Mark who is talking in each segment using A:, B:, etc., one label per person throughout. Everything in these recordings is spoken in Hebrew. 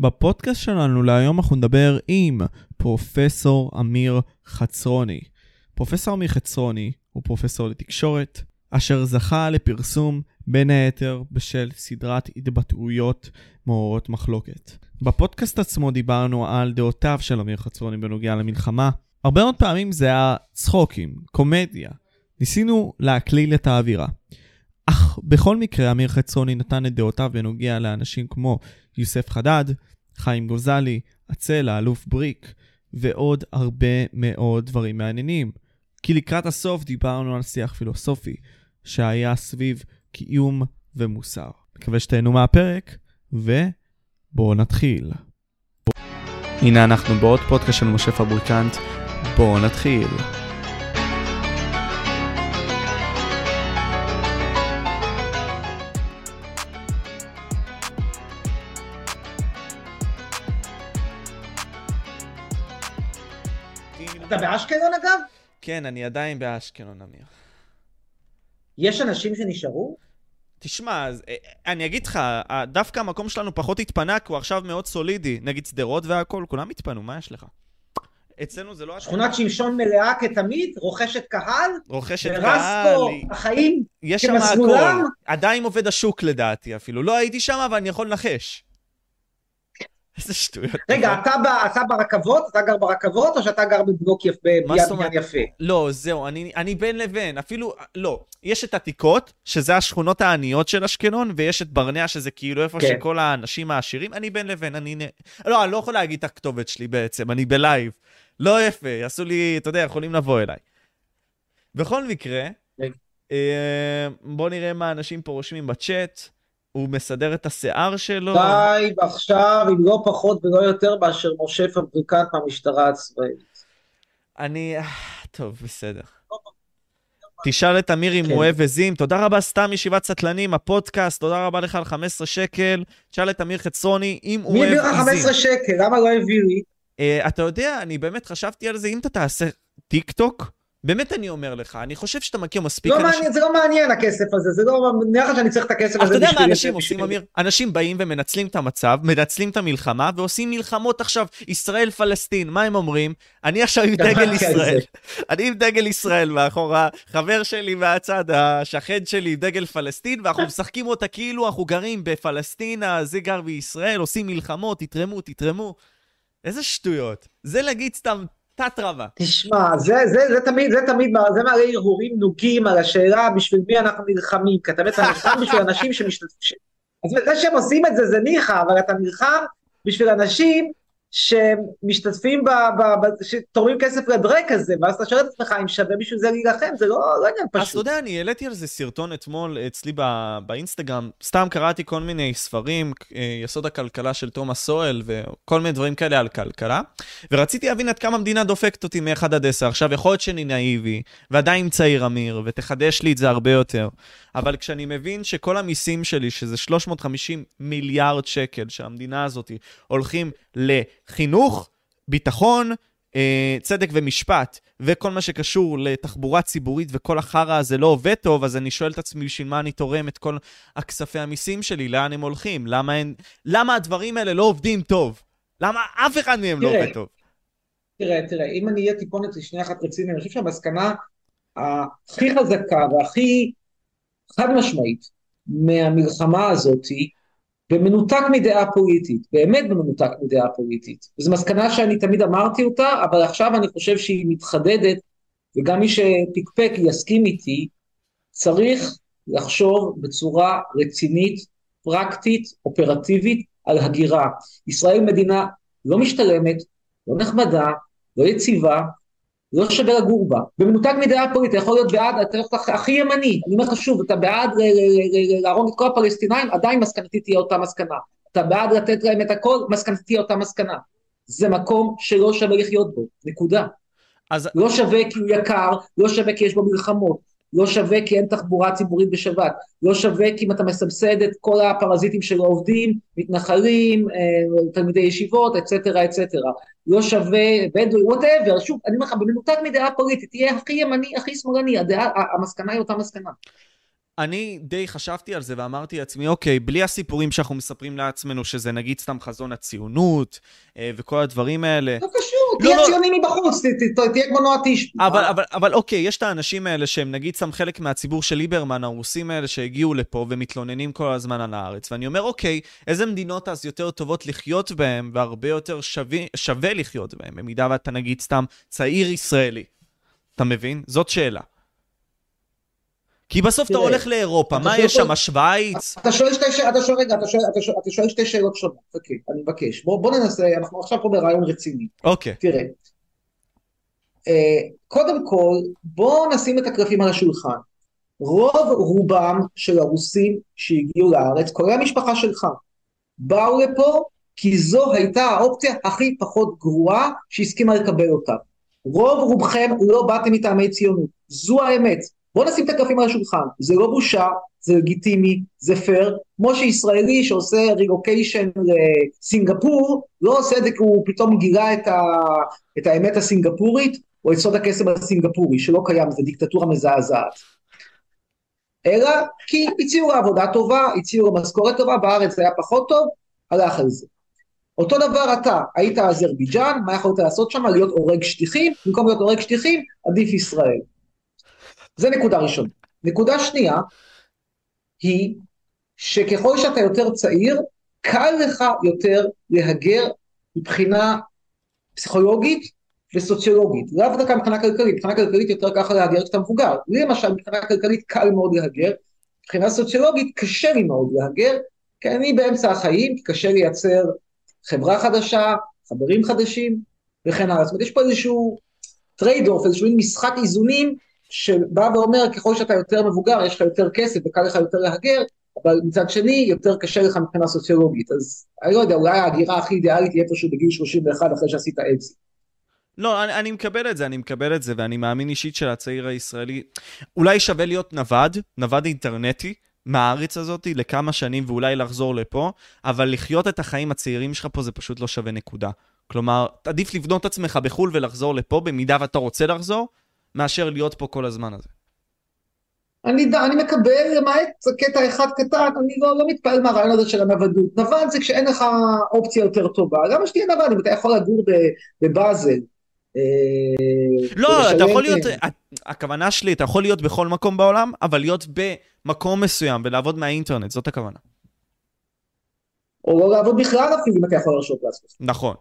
A: בפודקאסט שלנו להיום אנחנו נדבר עם פרופסור אמיר חצרוני. פרופסור אמיר חצרוני הוא פרופסור לתקשורת, אשר זכה לפרסום בין היתר בשל סדרת התבטאויות מעוררות מחלוקת. בפודקאסט עצמו דיברנו על דעותיו של אמיר חצרוני בנוגע למלחמה. הרבה מאוד פעמים זה היה צחוקים, קומדיה. ניסינו להקליל את האווירה. אך בכל מקרה אמיר חצרוני נתן את דעותיו בנוגע לאנשים כמו יוסף חדד, חיים גוזלי, עצל, האלוף בריק, ועוד הרבה מאוד דברים מעניינים. כי לקראת הסוף דיברנו על שיח פילוסופי שהיה סביב קיום ומוסר. מקווה שתהנו מהפרק, ובואו נתחיל. הנה אנחנו בעוד פודקאסט של משה פבריקנט, בואו נתחיל.
B: אתה באשקלון אגב?
A: כן, אני עדיין באשקלון, אמיר.
B: יש אנשים שנשארו?
A: תשמע, אני אגיד לך, דווקא המקום שלנו פחות התפנה, כי הוא עכשיו מאוד סולידי. נגיד סדרות והכל, כולם התפנו, מה יש לך? אצלנו זה לא...
B: שכונת שמשון מלאה כתמיד, רוכשת קהל?
A: רוכשת קהל.
B: ורסקו, החיים כמסלולם?
A: עדיין עובד השוק לדעתי אפילו. לא הייתי שם, אבל אני יכול לנחש. איזה שטויות.
B: רגע, אתה ברכבות? אתה גר ברכבות, או שאתה גר בבלוק בבניין יפה?
A: לא, זהו, אני בין לבין. אפילו, לא. יש את עתיקות, שזה השכונות העניות של אשקלון, ויש את ברנע, שזה כאילו איפה שכל האנשים העשירים. אני בין לבין. לא, אני לא יכול להגיד את הכתובת שלי בעצם, אני בלייב. לא יפה, עשו לי, אתה יודע, יכולים לבוא אליי. בכל מקרה, בוא נראה מה אנשים פה רושמים בצ'אט. הוא מסדר את השיער שלו.
B: די, עכשיו, אם לא פחות ולא יותר, מאשר משה פבריקנט מהמשטרה הצבאית.
A: טוב, בסדר. תשאל את אמיר אם הוא אוהב עזים. תודה רבה, סתם ישיבת סטלנים, הפודקאסט. תודה רבה לך על 15 שקל. תשאל את אמיר חצרוני אם הוא אוהב עזים.
B: מי הביא לך 15 שקל? למה לא הביא לי?
A: אתה יודע, אני באמת חשבתי על זה. אם אתה תעשה טיק טוק, באמת אני אומר לך, אני חושב שאתה מכיר מספיק אנשים...
B: זה לא מעניין הכסף הזה, זה לא... נראה לך שאני צריך את הכסף הזה.
A: אתה יודע מה אנשים עושים, אמיר? אנשים באים ומנצלים את המצב, מנצלים את המלחמה, ועושים מלחמות עכשיו, ישראל-פלסטין. מה הם אומרים? אני עכשיו עם דגל ישראל. אני עם דגל ישראל מאחורה, חבר שלי מהצד, השכן שלי עם דגל פלסטין, ואנחנו משחקים אותה כאילו אנחנו גרים בפלסטינה, זה גר בישראל, עושים מלחמות, תתרמו. איזה שטויות. זה להגיד סתם תת רבה.
B: תשמע, זה תמיד, זה מראה הרהורים נוגים על השאלה בשביל מי אנחנו נלחמים, כי אתה בעצם נלחם בשביל אנשים שמשתתפים. אז זה שהם עושים את זה, זה ניחא, אבל אתה נלחם בשביל אנשים שמשתתפים, שתורמים כסף לדרק הזה, ואז אתה שואל את עצמך אם שווה בשביל זה להילחם, זה לא עניין פשוט.
A: אז אתה יודע, אני העליתי על זה סרטון אתמול אצלי באינסטגרם, סתם קראתי כל מיני ספרים, יסוד הכלכלה של תומאס סואל, וכל מיני דברים כאלה על כלכלה, ורציתי להבין עד כמה המדינה דופקת אותי מ-1 עד 10, עכשיו יכול להיות שאני נאיבי, ועדיין צעיר אמיר, ותחדש לי את זה הרבה יותר, אבל כשאני מבין שכל המיסים שלי, שזה 350 מיליארד שקל, שהמדינה הזאת הולכים לחינוך, ביטחון, צדק ומשפט, וכל מה שקשור לתחבורה ציבורית, וכל החרה הזה לא עובד טוב, אז אני שואל את עצמי בשביל מה אני תורם את כל הכספי המיסים שלי, לאן הם הולכים, למה הדברים האלה לא עובדים טוב? למה אף אחד מהם לא עובד טוב?
B: תראה, אם אני אהיה טיפונת לשנייה אחת רציני, אני חושב שהמסקנה הכי חזקה והכי חד משמעית מהמלחמה הזאת, במנותק מדעה פוליטית, באמת במנותק מדעה פוליטית. זו מסקנה שאני תמיד אמרתי אותה, אבל עכשיו אני חושב שהיא מתחדדת, וגם מי שפקפק יסכים איתי, צריך לחשוב בצורה רצינית, פרקטית, אופרטיבית, על הגירה. ישראל מדינה לא משתלמת, לא נחמדה, לא יציבה, לא שווה לגור בה. במנותק מדעה פוליטית, יכול להיות בעד, אתה הכי ימני, אני אומר לך שוב, אתה בעד להרוג את כל הפלסטינאים, עדיין מסקנתי תהיה אותה מסקנה. אתה בעד לתת להם את הכל, מסקנתי תהיה אותה מסקנה. זה מקום שלא שווה לחיות בו, נקודה. לא שווה כי הוא יקר, לא שווה כי יש בו מלחמות, לא שווה כי אין תחבורה ציבורית בשבת, לא שווה כי אם אתה מסבסד את כל הפרזיטים שלא עובדים, מתנחלים, תלמידי ישיבות, אצטרה, אצטרה. לא שווה, בדואי, whatever, שוב, אני אומר לך, במנותק מדעה פוליטית, תהיה הכי ימני, הכי שמאלני, המסקנה היא אותה מסקנה.
A: אני די חשבתי על זה ואמרתי לעצמי, אוקיי, בלי הסיפורים שאנחנו מספרים לעצמנו, שזה נגיד סתם חזון הציונות, וכל הדברים האלה.
B: לא קשור, תהיה ציוני מבחוץ, תהיה כמו נועה תשבי.
A: אבל אוקיי, יש את האנשים האלה שהם נגיד סתם חלק מהציבור של ליברמן, הרוסים האלה שהגיעו לפה ומתלוננים כל הזמן על הארץ, ואני אומר, אוקיי, איזה מדינות אז יותר טובות לחיות בהן, והרבה יותר שווה לחיות בהן, במידה ואתה נגיד סתם צעיר ישראלי. אתה מבין? זאת שאלה. כי בסוף אתה הולך לאירופה, מה יש שם, שוויץ?
B: אתה שואל שתי שאלות שונות, אוקיי, אני מבקש. בוא ננסה, אנחנו עכשיו פה ברעיון רציני.
A: אוקיי.
B: תראה, קודם כל, בוא נשים את הקלפים על השולחן. רוב רובם של הרוסים שהגיעו לארץ, כולל המשפחה שלך, באו לפה כי זו הייתה האופציה הכי פחות גרועה שהסכימה לקבל אותה. רוב רובכם לא באתם מטעמי ציונות, זו האמת. בוא נשים את הקלפים על השולחן, זה לא בושה, זה לגיטימי, זה פייר, כמו שישראלי שעושה רילוקיישן לסינגפור, לא עושה את זה כי הוא פתאום גילה את האמת הסינגפורית, או את סוד הקסם הסינגפורי, שלא קיים, זה דיקטטורה מזעזעת. אלא כי הציעו לה עבודה טובה, הציעו לה משכורת טובה, בארץ זה היה פחות טוב, הלך על זה. אותו דבר אתה, היית אזרבייג'אן, מה יכולת לעשות שם? להיות הורג שטיחים, במקום להיות הורג שטיחים, עדיף ישראל. זה נקודה ראשונה. נקודה שנייה, היא שככל שאתה יותר צעיר, קל לך יותר להגר מבחינה פסיכולוגית וסוציולוגית. לאו דווקא מבחינה כלכלית, מבחינה כלכלית יותר ככה להגר כשאתה מבוגר. למשל, מבחינה כלכלית קל מאוד להגר, מבחינה סוציולוגית קשה לי מאוד להגר, כי אני באמצע החיים, קשה לייצר חברה חדשה, חברים חדשים, וכן הלאה. זאת אומרת, יש פה איזשהו טרייד-אוף, איזשהו משחק איזונים, שבא ואומר, ככל שאתה יותר מבוגר, יש לך יותר כסף, וקל לך יותר להגר, אבל מצד שני, יותר קשה לך מבחינה סוציולוגית. אז אני לא יודע, אולי ההגירה הכי אידיאלית תהיה פשוט בגיל 31 אחרי שעשית אקזיט.
A: לא, אני מקבל את זה, ואני מאמין אישית של הצעיר הישראלי. אולי שווה להיות נווד אינטרנטי, מהארץ הזאת לכמה שנים, ואולי לחזור לפה, אבל לחיות את החיים הצעירים שלך פה, זה פשוט לא שווה נקודה. כלומר, עדיף לבנות את עצמך בחול ולחזור לפה, במידה ואתה רוצה לחזור, מאשר להיות פה כל הזמן הזה.
B: אני מקבל למעט קטע אחד קטן, אני לא מתפעל מהרעיון הזה של הנוודות. נווד זה כשאין לך אופציה יותר טובה. למה שתהיה נווד? אם אתה יכול לגור בבאזל.
A: לא, אתה יכול להיות, הכוונה שלי, אתה יכול להיות בכל מקום בעולם, אבל להיות במקום מסוים ולעבוד מהאינטרנט, זאת הכוונה.
B: או לא לעבוד בכלל אפילו, אם אתה יכול לרשות לעשות.
A: נכון.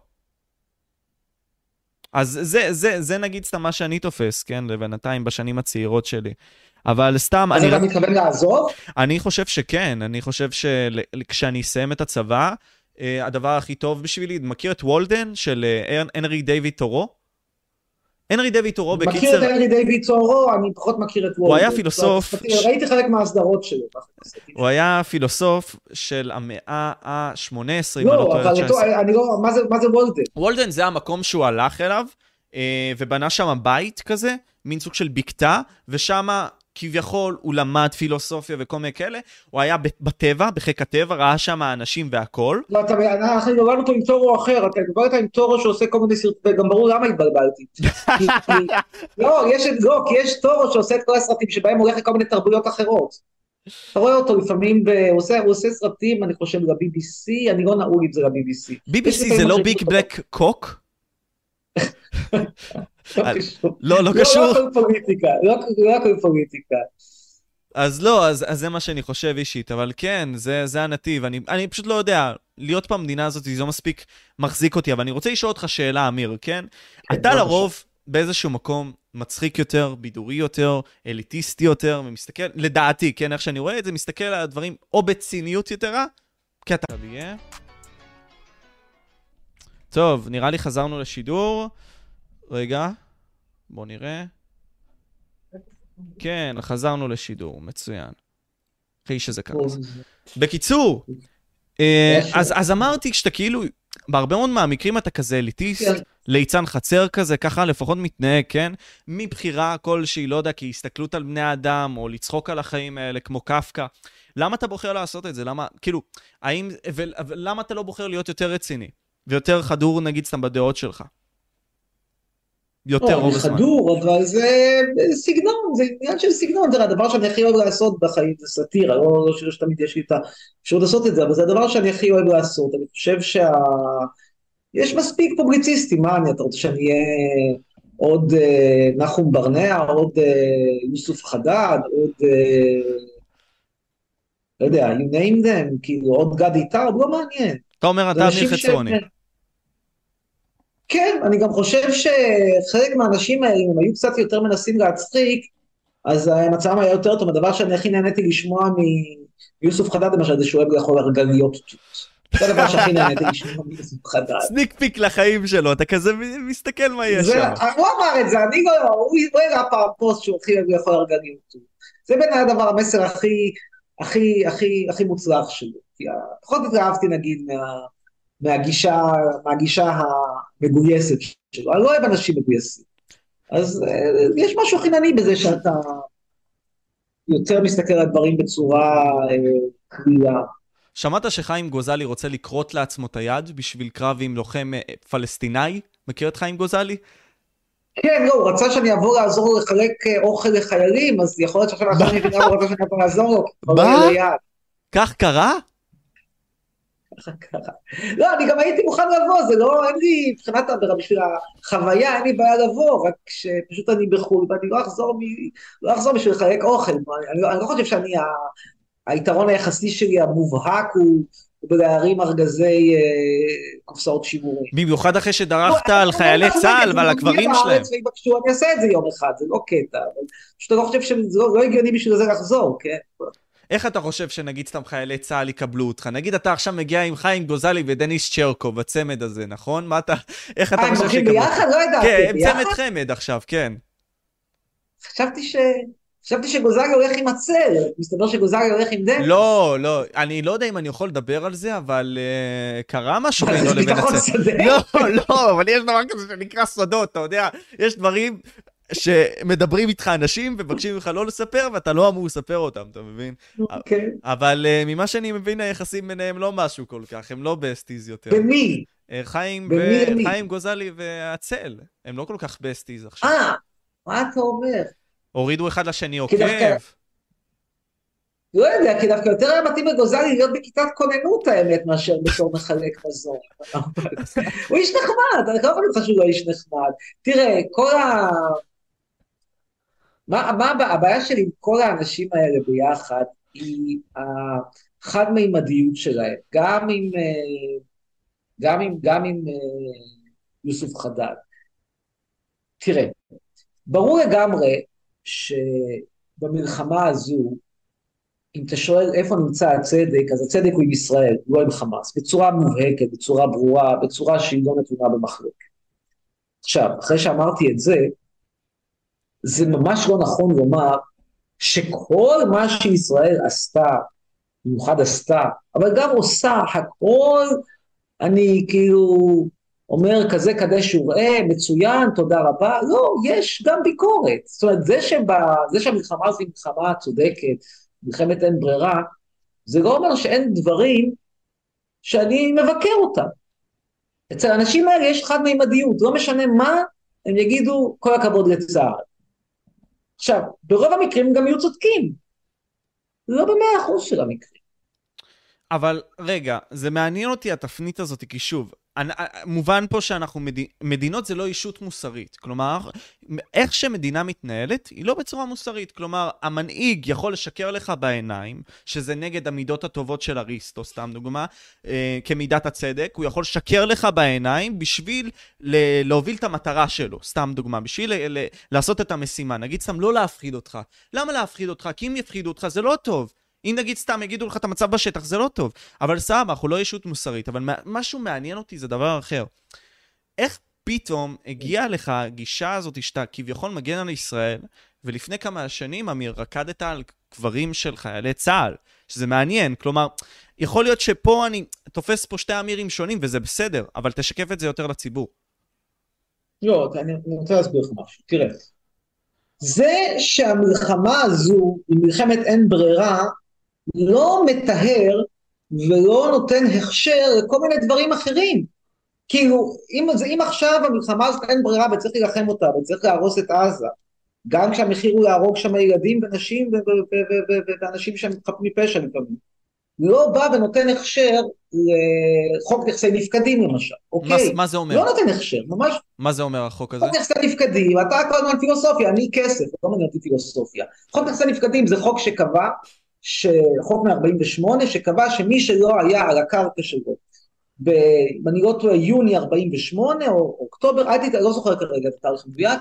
A: אז זה נגיד סתם מה שאני תופס, כן? לבינתיים בשנים הצעירות שלי. אבל סתם...
B: אז אתה מתכוון לעזוב?
A: אני חושב שכן. אני חושב שכשאני אסיים את הצבא, הדבר הכי טוב בשבילי, מכיר את וולדן של הנרי דיוויד תורו? הנרי דיוויד תורו בקיצר...
B: מכיר את הנרי דיוויד תורו, אני פחות מכיר את וולדן.
A: הוא היה פילוסוף...
B: ראיתי חלק מההסדרות שלו.
A: הוא היה פילוסוף של המאה ה-18.
B: לא, אבל אני לא... מה זה וולדן?
A: וולדן זה המקום שהוא הלך אליו, ובנה שם בית כזה, מין סוג של בקתה, ושם כביכול הוא למד פילוסופיה וכל מיני כאלה, הוא היה בטבע, בחיק הטבע, ראה שם האנשים והכל.
B: לא, אנחנו דברנו אותו עם תורו אחר, אתה דברת עם תורו שעושה כל מיני סרטים, גם ברור למה התבלבלתי. לא, כי יש תורו שעושה את כל הסרטים שבהם הוא הולך לכל מיני תרבויות אחרות. אתה רואה אותו לפעמים, הוא עושה סרטים, אני חושב, ל-BBC, אני לא נעול אם זה ל-BBC.
A: BBC זה לא ביג בלק קוק? לא קשור.
B: לא הכל פוליטיקה, לא הכל פוליטיקה.
A: אז לא, אז זה מה שאני חושב אישית, אבל כן, זה הנתיב. אני פשוט לא יודע, להיות פה במדינה הזאת, זה לא מספיק מחזיק אותי, אבל אני רוצה לשאול אותך שאלה, אמיר, כן? אתה לרוב באיזשהו מקום מצחיק יותר, בידורי יותר, אליטיסטי יותר, ומסתכל, לדעתי, כן, איך שאני רואה את זה, מסתכל על הדברים או בציניות יתרה, כי אתה תהיה. טוב, נראה לי חזרנו לשידור. רגע, בוא נראה. כן, חזרנו לשידור, מצוין. אחרי שזה קרה. בקיצור, אז אמרתי שאתה כאילו, בהרבה מאוד מהמקרים אתה כזה אליטיסט, ליצן חצר כזה, ככה לפחות מתנהג, כן? מבחירה כלשהי, לא יודע, כי הסתכלות על בני האדם, או לצחוק על החיים האלה, כמו קפקא. למה אתה בוחר לעשות את זה? למה, כאילו, למה אתה לא בוחר להיות יותר רציני? ויותר חדור, נגיד, סתם בדעות שלך? יותר
B: לא,
A: רוב
B: אני
A: הזמן.
B: חדור, אבל זה סגנון, זה עניין של סגנון, זה הדבר שאני הכי אוהב לעשות בחיים, זה סאטירה, לא שתמיד יש לי את האפשרות לעשות את זה, אבל זה הדבר שאני הכי אוהב לעשות, אני חושב יש מספיק פובליציסטים, אתה רוצה שאני אהיה עוד נחום ברנע, עוד יוסוף חדד, עוד, לא יודע, you name them, כאילו עוד גדי טאוב, לא מעניין.
A: אתה אומר,
B: זה
A: אתה אמיר
B: אנשים
A: חצרוני.
B: כן, אני גם חושב שחלק מהאנשים האלה, אם הם היו קצת יותר מנסים להצחיק, אז מצבם היה יותר טוב. הדבר שאני הכי נהניתי לשמוע מיוסוף חדד, למשל, זה שהוא אוהב לאכול הרגליות תות. זה הדבר שהכי נהניתי לשמוע מיוסוף חדד.
A: סניק פיק לחיים שלו, אתה כזה מסתכל מה יש שם.
B: הוא אמר את זה, אני לא, הוא הראה פעם פוסט שהוא הכי אוהב לאכול הרגליות תות. זה בעיניי הדבר, המסר הכי מוצלח שלו. פחות התרעבתי, נגיד, מהגישה המגויסת שלו. אני לא אוהב אנשים מגויסים. אז יש משהו חינני בזה שאתה יותר מסתכל על דברים בצורה קבילה.
A: שמעת שחיים גוזלי רוצה לקרות לעצמו את היד בשביל קרב עם לוחם פלסטיני? מכיר את חיים גוזלי?
B: כן, לא, הוא רצה שאני אבוא לעזור לו לחלק אוכל לחיילים, אז יכול להיות שעכשיו אני מבינה, הוא רצה שאני אבוא לעזור לו.
A: מה? כך קרה?
B: לא, אני גם הייתי מוכן לבוא, זה לא, אין לי, מבחינת בשביל החוויה, אין לי בעיה לבוא, רק שפשוט אני בחו"ל, ואני לא אחזור בשביל לחלק אוכל, אני לא חושב היתרון היחסי שלי המובהק הוא בלהרים ארגזי קופסאות שימורים.
A: במיוחד אחרי שדרכת על חיילי צה"ל ועל הקברים שלהם.
B: אני אעשה את זה יום אחד, זה לא קטע, אבל פשוט אני לא חושב שזה לא הגיוני בשביל זה לחזור, כן?
A: איך אתה חושב שנגיד סתם חיילי צה"ל יקבלו אותך? נגיד אתה עכשיו מגיע עם חיים גוזלי ודניס צ'רקו בצמד הזה, נכון? איך אתה חושב שיקבלו?
B: הם ביחד? לא ידעתי.
A: כן, הם צמד חמד עכשיו, כן.
B: חשבתי שגוזלי הולך עם הצל, מסתבר שגוזלי הולך עם דניס.
A: לא, אני לא יודע אם אני יכול לדבר על זה, אבל קרה משהו בינו לבין הצל. לא, אבל יש דבר כזה שנקרא סודות, אתה יודע, יש דברים שמדברים איתך אנשים ובקשים ממך לא לספר, ואתה לא אמור לספר אותם, אתה מבין?
B: אוקיי.
A: אבל ממה שאני מבין, היחסים ביניהם לא משהו כל כך, הם לא בסטיז יותר.
B: במי?
A: חיים גוזלי והצל, הם לא כל כך בסטיז עכשיו.
B: מה אתה אומר?
A: הורידו אחד לשני עוקב.
B: לא יודע, כי דווקא יותר היה מתאים לגוזלי להיות בכיתת כוננות האמת, מאשר בתור מחלק מזון. הוא איש נחמד, אני לא יכול לך שהוא לא איש נחמד. תראה, הבעיה שלי עם כל האנשים האלה ביחד, היא החד-מימדיות שלהם, גם עם יוסוף חדד. תראה, ברור לגמרי שבמלחמה הזו, אם אתה שואל איפה נמצא הצדק, אז הצדק הוא עם ישראל, לא עם חמאס, בצורה מובהקת, בצורה ברורה, בצורה שהיא לא נתונה במחלוקת. עכשיו, אחרי שאמרתי את זה, זה ממש לא נכון לומר שכל מה שישראל עשתה, במיוחד עשתה, אבל גם עושה, הכל, אני כאילו אומר כזה קדש וראה, מצוין, תודה רבה, לא, יש גם ביקורת. זאת אומרת, זה שהמלחמה הזו היא מלחמה צודקת, מלחמת אין ברירה, זה לא אומר שאין דברים שאני מבקר אותם. אצל האנשים האלה יש חד-מימדיות, לא משנה מה, הם יגידו כל הכבוד לצה"ל. עכשיו, ברוב המקרים גם יהיו צודקים. לא ב100% של המקרים.
A: אבל רגע, זה מעניין אותי התפנית הזאת, כי שוב, מובן פה שאנחנו, מדינות זה לא אישות מוסרית, כלומר, איך שמדינה מתנהלת, היא לא בצורה מוסרית, כלומר, המנהיג יכול לשקר לך בעיניים, שזה נגד המידות הטובות של אריסטו, סתם דוגמה, כמידת הצדק, הוא יכול לשקר לך בעיניים, בשביל להוביל את המטרה שלו, סתם דוגמה, בשביל לעשות את המשימה, נגיד סתם לא להפחיד אותך, למה להפחיד אותך? כי אם יפחידו אותך זה לא טוב, אם נגיד סתם יגידו לך את המצב בשטח, זה לא טוב. אבל סבבה, אנחנו לא ישות מוסרית. אבל משהו מעניין אותי זה דבר אחר. איך פתאום הגיעה לך הגישה הזאת שאתה כביכול מגן על ישראל, ולפני כמה שנים, אמיר, רקדת על קברים של חיילי צה"ל, שזה מעניין. כלומר, יכול להיות שפה אני תופס פה שתי אמירים שונים, וזה בסדר, אבל תשקף את זה יותר לציבור.
B: לא, אני רוצה להסביר לך משהו. תראה, זה שהמלחמה הזו היא מלחמת אין ברירה, לא מטהר ולא נותן הכשר לכל מיני דברים אחרים. כאילו, אם עכשיו המלחמה הזאת אין ברירה וצריך להילחם אותה וצריך להרוס את עזה, גם כשהמחיר הוא להרוג שם ילדים ונשים ואנשים שהם חפים מפשע לפעמים, לא בא ונותן הכשר לחוק נכסי נפקדים למשל, אוקיי?
A: מה זה אומר?
B: לא נותן הכשר, ממש.
A: מה זה אומר החוק הזה?
B: חוק נכסי נפקדים, אתה כל הזמן פילוסופיה, אני כסף, לא מעניין אותי פילוסופיה. חוק נכסי נפקדים זה חוק שקבע, חוק מ-48, שקבע שמי שלא היה על הקרקע שלו, אני לא טועה, יוני 48 או אוקטובר, לא זוכר כרגע את התאריך מדויק,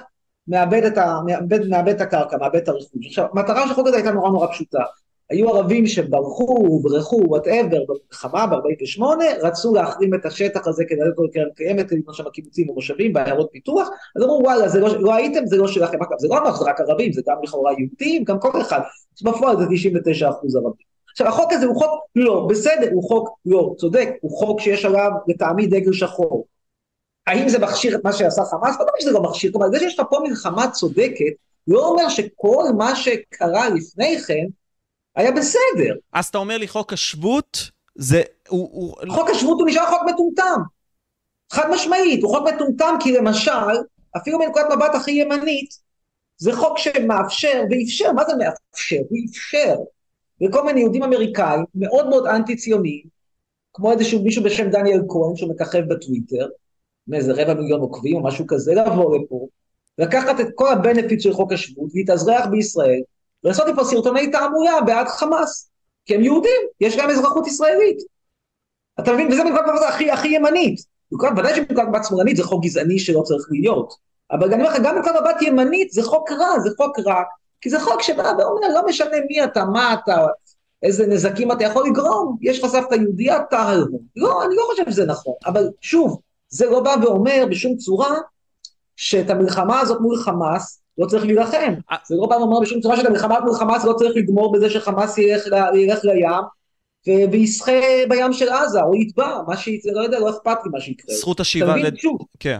B: מאבד את הקרקע, מאבד את הרכוש. עכשיו, המטרה של החוק הזה הייתה נורא נורא פשוטה. היו ערבים שברחו, ברחו, whatever, במלחמה ב-48, רצו להחרים את השטח הזה כדי לתת לו קרן קיימת, לבנות שם קיבוצים ומושבים בעיירות פיתוח, אז אמרו, וואלה, זה לא הייתם, זה לא שלכם, זה לא אמר, זה רק ערבים, זה גם לכאורה יהודים, גם כל אחד. בפועל זה 99% ערבים. עכשיו, החוק הזה הוא חוק לא בסדר, הוא חוק לא צודק, הוא חוק שיש עליו לטעמי דגל שחור. האם זה מכשיר את מה שעשה חמאס? לא שזה לא מכשיר, כלומר, זה שיש לך פה מלחמה צודקת, לא אומר שכל מה שקרה לפני כן, היה בסדר.
A: אז אתה אומר לי חוק השבות, זה...
B: חוק השבות הוא נשאר חוק מטומטם. חד משמעית, הוא חוק מטומטם כי למשל, אפילו מנקודת מבט הכי ימנית, זה חוק שמאפשר, ואפשר, מה זה מאפשר? הוא אפשר, וכל מיני יהודים אמריקאים, מאוד מאוד אנטי-ציוניים, כמו איזשהו מישהו בשם דניאל כהן, שהוא מככב בטוויטר, מאיזה 250,000 עוקבים או משהו כזה, לבוא לפה, לקחת את כל הבנפיט של חוק השבות, להתאזרח בישראל, ולעשות לי פה סרטוני תעמולה בעד חמאס, כי הם יהודים, יש להם אזרחות ישראלית. אתה מבין? וזה מנקודת מבט הכי ימנית. ודאי שמנקודת מבט שמאלנית זה חוק גזעני שלא צריך להיות. אבל אני אומר לך, גם מנקודת מבט ימנית זה חוק רע, זה חוק רע, כי זה חוק שבא ואומר, לא משנה מי אתה, מה אתה, איזה נזקים אתה יכול לגרום, יש לך סבתא יהודייה, אתה הלום. לא, אני לא חושב שזה נכון, אבל שוב, זה לא בא ואומר בשום צורה, שאת המלחמה הזאת מול חמאס, לא צריך להילחם. זה לא בא ואומר בשום צורה שאת המלחמה מול חמאס לא צריך לגמור בזה שחמאס ילך לים, וישחה בים של עזה, או יתבע, מה שיצא, לא יודע, לא אכפת לי מה שיקרה.
A: זכות השיבה, כן.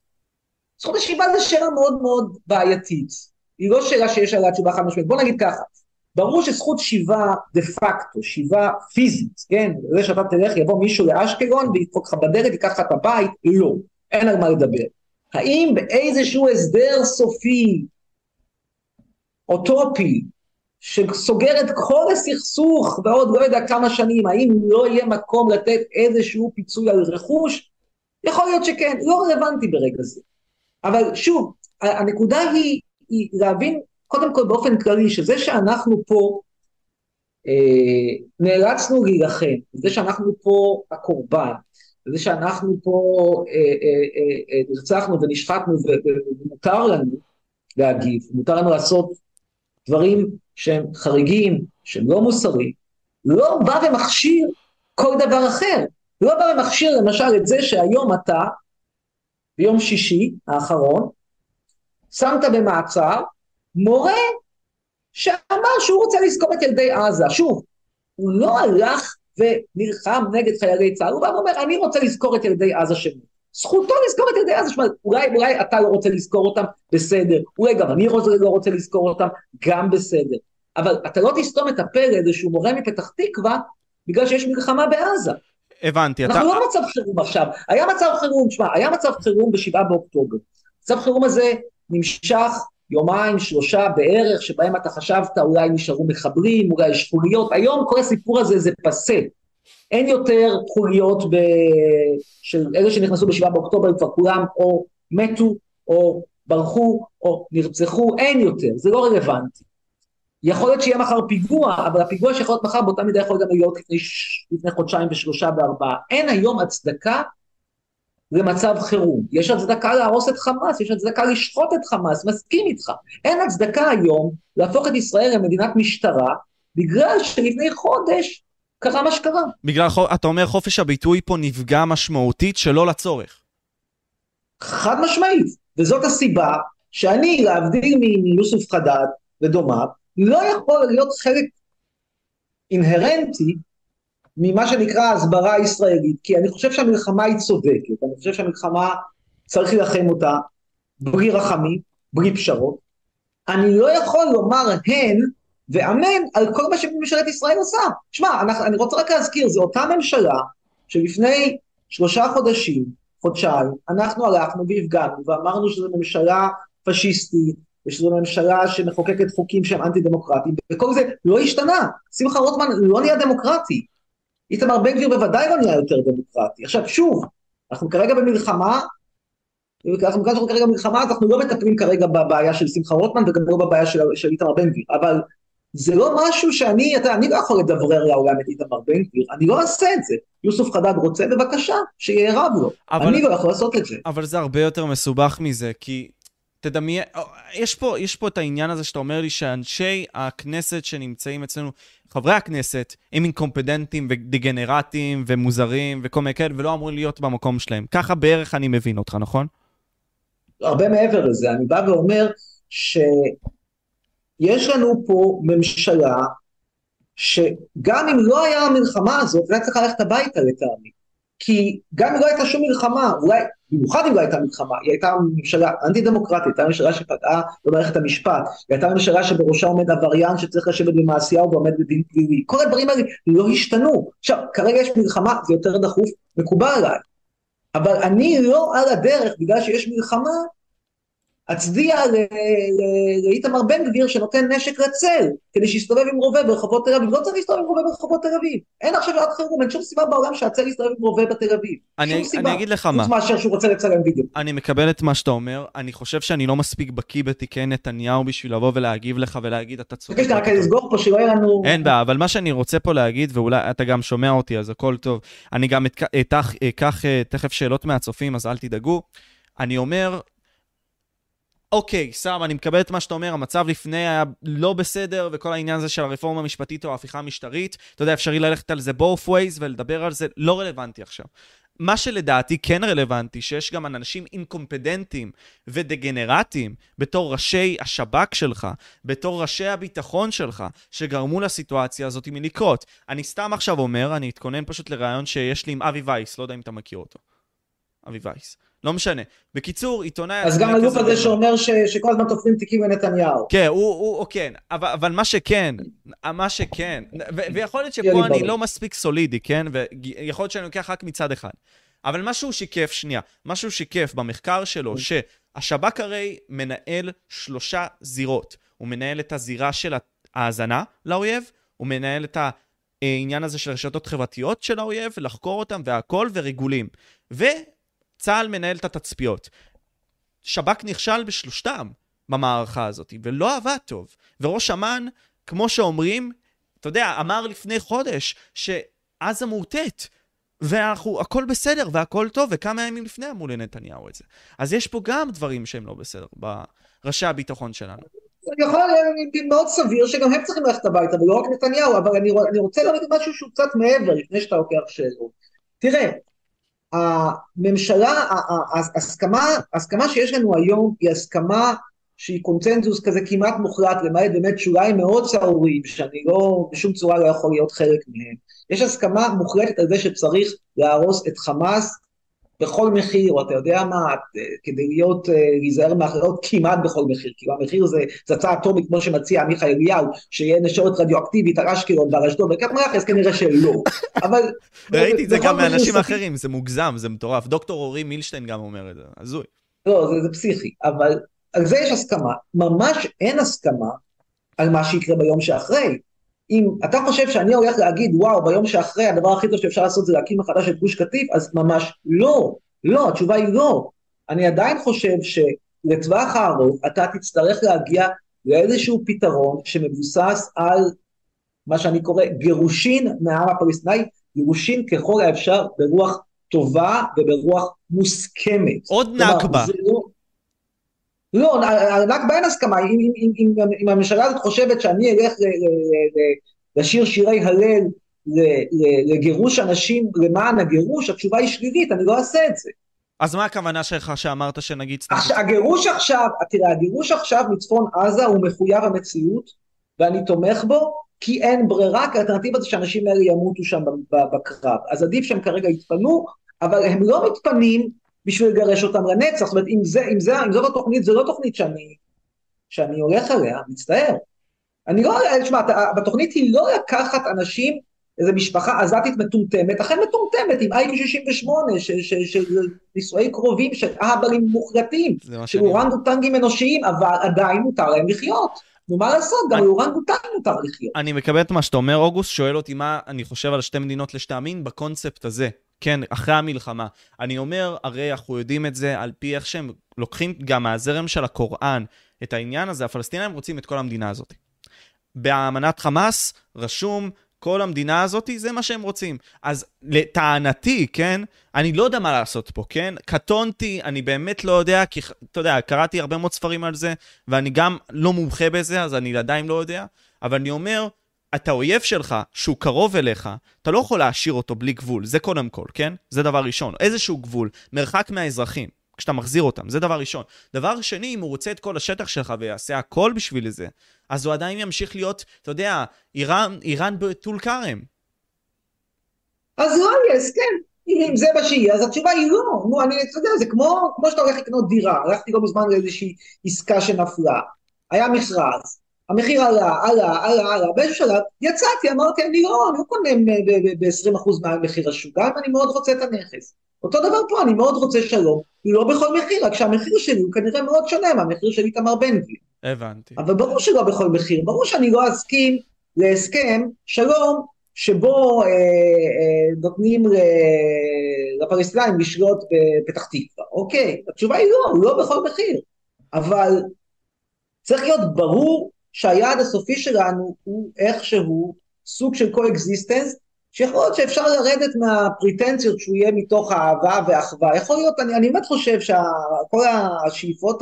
B: זכות השיבה זה שאלה מאוד מאוד בעייתית. היא לא שאלה שיש עליה תשובה חד משמעית. בוא נגיד ככה, ברור שזכות שיבה דה פקטו, שיבה פיזית, כן? זה שאתה תלך, יבוא מישהו לאשקלון, וידפוק לך בדלת, ייקח לך את הבית, לא. אין על מה לדבר. האם באיזשהו הסדר סופי, אוטופי, שסוגר את כל הסכסוך ועוד לא יודע כמה שנים, האם לא יהיה מקום לתת איזשהו פיצוי על רכוש? יכול להיות שכן, לא רלוונטי ברגע זה. אבל שוב, הנקודה היא להבין קודם כל באופן כללי, שזה שאנחנו פה נאלצנו להילחם, זה שאנחנו פה הקורבן, זה שאנחנו פה נרצחנו ונשחטנו ומותר לנו להגיב, מותר לנו לעשות דברים שהם חריגים, שהם לא מוסריים, לא בא ומכשיר כל דבר אחר, לא בא ומכשיר למשל את זה שהיום אתה, ביום שישי האחרון, שמת במעצר מורה שאמר שהוא רוצה לזכור את ילדי עזה, שוב, הוא לא הלך ונלחם נגד חיילי צה"ל, הוא בא ואומר, אני רוצה לזכור את ילדי עזה שמות. זכותו לזכור את ילדי עזה, אולי אתה לא רוצה לזכור אותם, בסדר, אולי גם אני לא רוצה לזכור אותם, גם בסדר. אבל אתה לא תסתום את הפה לאיזשהו מורה מפתח תקווה, בגלל שיש מלחמה בעזה.
A: הבנתי.
B: אנחנו לא מצב חירום עכשיו, היה מצב חירום ב7 באוקטובר. מצב חירום הזה נמשך יומיים, 3 בערך, שבהם אתה חשבת אולי נשארו מחברים, אולי יש חוליות, היום כל הסיפור הזה זה פסה. אין יותר חוליות של אלה שנכנסו ב7 באוקטובר, כבר כולם או מתו, או ברחו, או נרצחו, אין יותר, זה לא רלוונטי. יכול להיות שיהיה מחר פיגוע, אבל הפיגוע שיכול להיות מחר באותה מידה יכול גם להיות לפני חודשיים ו3 ו4. אין היום הצדקה למצב חירום. יש הצדקה להרוס את חמאס, יש הצדקה לשחוט את חמאס, מסכים איתך. אין הצדקה היום להפוך את ישראל למדינת משטרה, בגלל שלפני חודש קרה מה שקרה.
A: בגלל, אתה אומר, חופש הביטוי פה נפגע משמעותית שלא לצורך.
B: חד משמעית, וזאת הסיבה שאני, להבדיל מיוסף חדד ודומיו, לא יכול להיות חלק אינהרנטי ממה שנקרא הסברה הישראלית, כי אני חושב שהמלחמה היא צודקת, אני חושב שהמלחמה צריך ללחם אותה בלי רחמים, בלי פשרות. אני לא יכול לומר הן ואמן על כל מה שממשלת ישראל עושה. תשמע, אני רוצה רק להזכיר, זו אותה ממשלה שלפני 3 חודשים חודשיים, אנחנו הלכנו והפגענו ואמרנו שזו ממשלה פשיסטית, ושזו ממשלה שמחוקקת חוקים שהם אנטי דמוקרטיים, וכל זה לא השתנה. שמחה רוטמן לא נהיה דמוקרטי. איתמר בן גביר בוודאי לא נהיה יותר דמוקרטי. עכשיו שוב, אנחנו כרגע במלחמה, אז אנחנו לא מטפלים כרגע בבעיה של שמחה רוטמן, וגם לא בבעיה של איתמר בן גביר, אבל זה לא משהו שאני לא יכול לדברר לעולם את איתמר בן גביר, אני לא אעשה את זה. יוסף חדד רוצה, בבקשה, שיערב לו. אני לא יכול לעשות את זה.
A: אבל זה הרבה יותר מסובך מזה, כי תדמיין, יש פה את העניין הזה שאתה אומר לי שאנשי הכנסת שנמצאים אצלנו, חברי הכנסת, הם אינקומפדנטים ודגנרטים ומוזרים וכל מיני כאלה, ולא אמורים להיות במקום שלהם. ככה בערך אני מבין אותך, נכון?
B: הרבה מעבר לזה, אני בא ואומר שיש לנו פה ממשלה שגם אם לא היה המלחמה הזאת, זה היה צריך ללכת הביתה לטעמי. כי גם אם לא הייתה שום מלחמה, אולי, במיוחד אם לא הייתה מלחמה, היא הייתה ממשלה אנטי-דמוקרטית, הייתה ממשלה שפגעה במערכת המשפט, היא הייתה ממשלה שבראשה עומד עבריין שצריך לשבת במעשיהו ועומד בדין פלילי. כל הדברים האלה לא השתנו. עכשיו, כרגע יש מלחמה, זה יותר דחוף, מקובל עליי. אבל אני לא על הדרך, בגלל שיש מלחמה, אצדיע לאיתמר בן גביר שנותן נשק לצל, כדי שיסתובב עם רובה ברחובות תל אביב. לא צריך להסתובב עם רובה ברחובות תל אביב. אין עכשיו שעת חירום, אין שום סיבה בעולם שהצל יסתובב עם רובה בתל אביב.
A: אני אגיד לך מה.
B: חוץ מאשר שהוא רוצה לצלם וידאו.
A: אני מקבל את מה שאתה אומר, אני חושב שאני לא מספיק בקיא בתיקי נתניהו בשביל לבוא ולהגיב לך ולהגיד אתה צודק.
B: יש רק לסגור פה שלא יהיה לנו...
A: אין בעיה, אבל מה שאני רוצה פה להגיד, ואולי אתה גם שומע אותי, אז הכל טוב. אני גם אקח תכף שאלות מהצופים, אז אל תדאגו. אני אומר, אוקיי, סתם, אני מקבל את מה שאתה אומר, המצב לפני היה לא בסדר, וכל העניין הזה של הרפורמה המשפטית או ההפיכה המשטרית, אתה יודע, אפשרי ללכת על זה both ways ולדבר על זה, לא רלוונטי עכשיו. מה שלדעתי כן רלוונטי, שיש גם אנשים אינקומפדנטים ודגנרטים, בתור ראשי השב"כ שלך, בתור ראשי הביטחון שלך, שגרמו לסיטואציה הזאת מלקרות. אני סתם עכשיו אומר, אני אתכונן פשוט לרעיון שיש לי עם אבי וייס, לא יודע אם אתה מכיר אותו. אבי וייס. לא משנה. בקיצור, עיתונאי...
B: אז גם אלוף הזה שאומר שכל הזמן תופרים תיקים לנתניהו.
A: כן, הוא כן. אבל מה שכן, ויכול להיות שפה אני לא מספיק סולידי, כן? ויכול להיות שאני לוקח רק מצד אחד. אבל משהו שיקף במחקר שלו, שהשב"כ הרי מנהל 3 זירות. הוא מנהל את הזירה של ההאזנה לאויב, הוא מנהל את העניין הזה של רשתות חברתיות של האויב, לחקור אותם והכל וריגולים. צה"ל מנהל את התצפיות. שב"כ נכשל בשלושתם במערכה הזאת, ולא עבד טוב. וראש אמ"ן, כמו שאומרים, אתה יודע, אמר לפני חודש, שעזה מורטט, והכל בסדר, והכל טוב, וכמה ימים לפני אמרו לנתניהו את זה. אז יש פה גם דברים שהם לא בסדר, בראשי הביטחון שלנו.
B: אני יכול להגיד מאוד סביר, שגם הם צריכים ללכת הביתה, ולא רק נתניהו, אבל אני רוצה להגיד משהו שהוא קצת מעבר, לפני שאתה לוקח שאלות. תראה, הממשלה, ההסכמה שיש לנו היום היא הסכמה שהיא קונצנזוס כזה כמעט מוחלט, למעט באמת שוליים מאוד צעורים, שאני לא, בשום צורה לא יכול להיות חלק מהם. יש הסכמה מוחלטת על זה שצריך להרוס את חמאס בכל מחיר, או אתה יודע מה, כדי להיזהר מאחרות כמעט בכל מחיר, כי המחיר זה הצעה אטומית כמו שמציע עמיחי אליהו, שיהיה נשורת רדיואקטיבית על אשקלון ועל אשדוד וכך מלאכס, כנראה שלא. אבל
A: ראיתי את זה גם מאנשים אחרים, זה מוגזם, זה מטורף. דוקטור אורי מילשטיין גם אומר את זה, הזוי.
B: לא, זה פסיכי, אבל על זה יש הסכמה. ממש אין הסכמה על מה שיקרה ביום שאחרי. אם אתה חושב שאני הולך להגיד, וואו, ביום שאחרי הדבר הכי טוב שאפשר לעשות זה להקים מחדש את גוש קטיף, אז ממש לא. לא, התשובה היא לא. אני עדיין חושב שלטווח הארוך אתה תצטרך להגיע לאיזשהו פתרון שמבוסס על מה שאני קורא גירושין מהעם הפלסטיני, גירושין ככל האפשר ברוח טובה וברוח מוסכמת.
A: עוד נכבה.
B: לא, נכבה אין הסכמה. אם הממשלה הזאת חושבת שאני אלך לשיר שירי הלל לגירוש אנשים למען הגירוש, התשובה היא שלילית, אני לא אעשה את זה.
A: אז מה הכוונה שלך שאמרת שנגיד...
B: הגירוש עכשיו, תראה, הגירוש עכשיו מצפון עזה הוא מחויב המציאות, ואני תומך בו, כי אין ברירה, כי האלטרנטיבה זה שאנשים האלה ימותו שם בקרב. אז עדיף שהם כרגע יתפנו, אבל הם לא מתפנים בשביל לגרש אותם לנצח. זאת אומרת, אם זאת התוכנית, זו לא תוכנית שאני הולך עליה, מצטער. אני לא, תשמע, בתוכנית היא לא לקחת אנשים איזה משפחה עזתית מטומטמת, אכן מטומטמת, עם אייקו 68, של נישואי קרובים, של אהבלים מוחלטים, של אורנגוטנגים אנושיים, אבל עדיין מותר להם לחיות. נו, מה לעשות? גם לאורנגוטנג מותר לחיות.
A: אני מקבל את מה שאתה אומר, אוגוסט, שואל אותי מה אני חושב על שתי מדינות לשתי עמים בקונספט הזה. כן, אחרי המלחמה. אני אומר, הרי אנחנו יודעים את זה על פי איך שהם לוקחים גם מהזרם של הקוראן את העניין הזה, הפלסטינים רוצים את כל המדינה הזאת. באמנת חמאס רשום, כל המדינה הזאת זה מה שהם רוצים. אז לטענתי, כן, אני לא יודע מה לעשות פה, כן? קטונתי, אני באמת לא יודע, כי אתה יודע, קראתי הרבה מאוד ספרים על זה, ואני גם לא מומחה בזה, אז אני עדיין לא יודע, אבל אני אומר, אתה אויב שלך, שהוא קרוב אליך, אתה לא יכול להשאיר אותו בלי גבול, זה קודם כל, כן? זה דבר ראשון. איזשהו גבול, מרחק מהאזרחים, כשאתה מחזיר אותם, זה דבר ראשון. דבר שני, אם הוא רוצה את כל השטח שלך ויעשה הכל בשביל זה, אז הוא עדיין ימשיך להיות, אתה יודע, איראן בטול כרם.
B: אז לא יהיה הסכם. אם זה מה שיהיה, אז התשובה היא לא. נו, אתה יודע, זה כמו שאתה הולך לקנות דירה. הלכתי לא בזמן לאיזושהי עסקה שנפלה. היה מכרז. המחיר עלה. באיזשהו שלב יצאתי, אמרתי, אני לא קונה ב-20% מהמחיר השוק, גם אם אני מאוד רוצה את הנכס. אותו דבר פה, אני מאוד רוצה שלום, לא בכל מחיר, רק שהמחיר שלי הוא כנראה מאוד שונה מהמחיר של איתמר בן גביר.
A: הבנתי.
B: אבל ברור שלא בכל מחיר, ברור שאני לא אסכים להסכם שלום, שבו נותנים לפלסטינים לשלוט בפתח תקווה. אוקיי, התשובה היא לא בכל מחיר, אבל צריך להיות ברור שהיעד הסופי שלנו הוא איכשהו סוג של קו-אקזיסטנס, שיכול להיות שאפשר לרדת מהפריטנציות שהוא יהיה מתוך האהבה והאחווה. יכול להיות, אני באמת חושב שכל השאיפות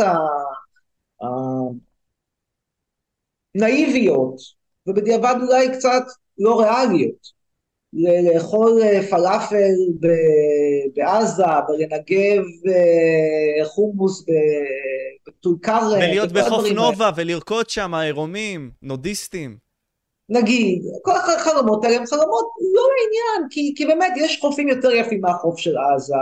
B: הנאיביות, ובדיעבד אולי קצת לא ריאליות, לאכול פלאפל בעזה, ולנגב חומוס בטול כרם.
A: ולהיות בחוף נובה, ולרקוד שם, עירומים, נודיסטים. נגיד,
B: כל החלומות האלה הם חלומות לא לעניין, כי באמת יש חופים יותר יפים מהחוף של עזה,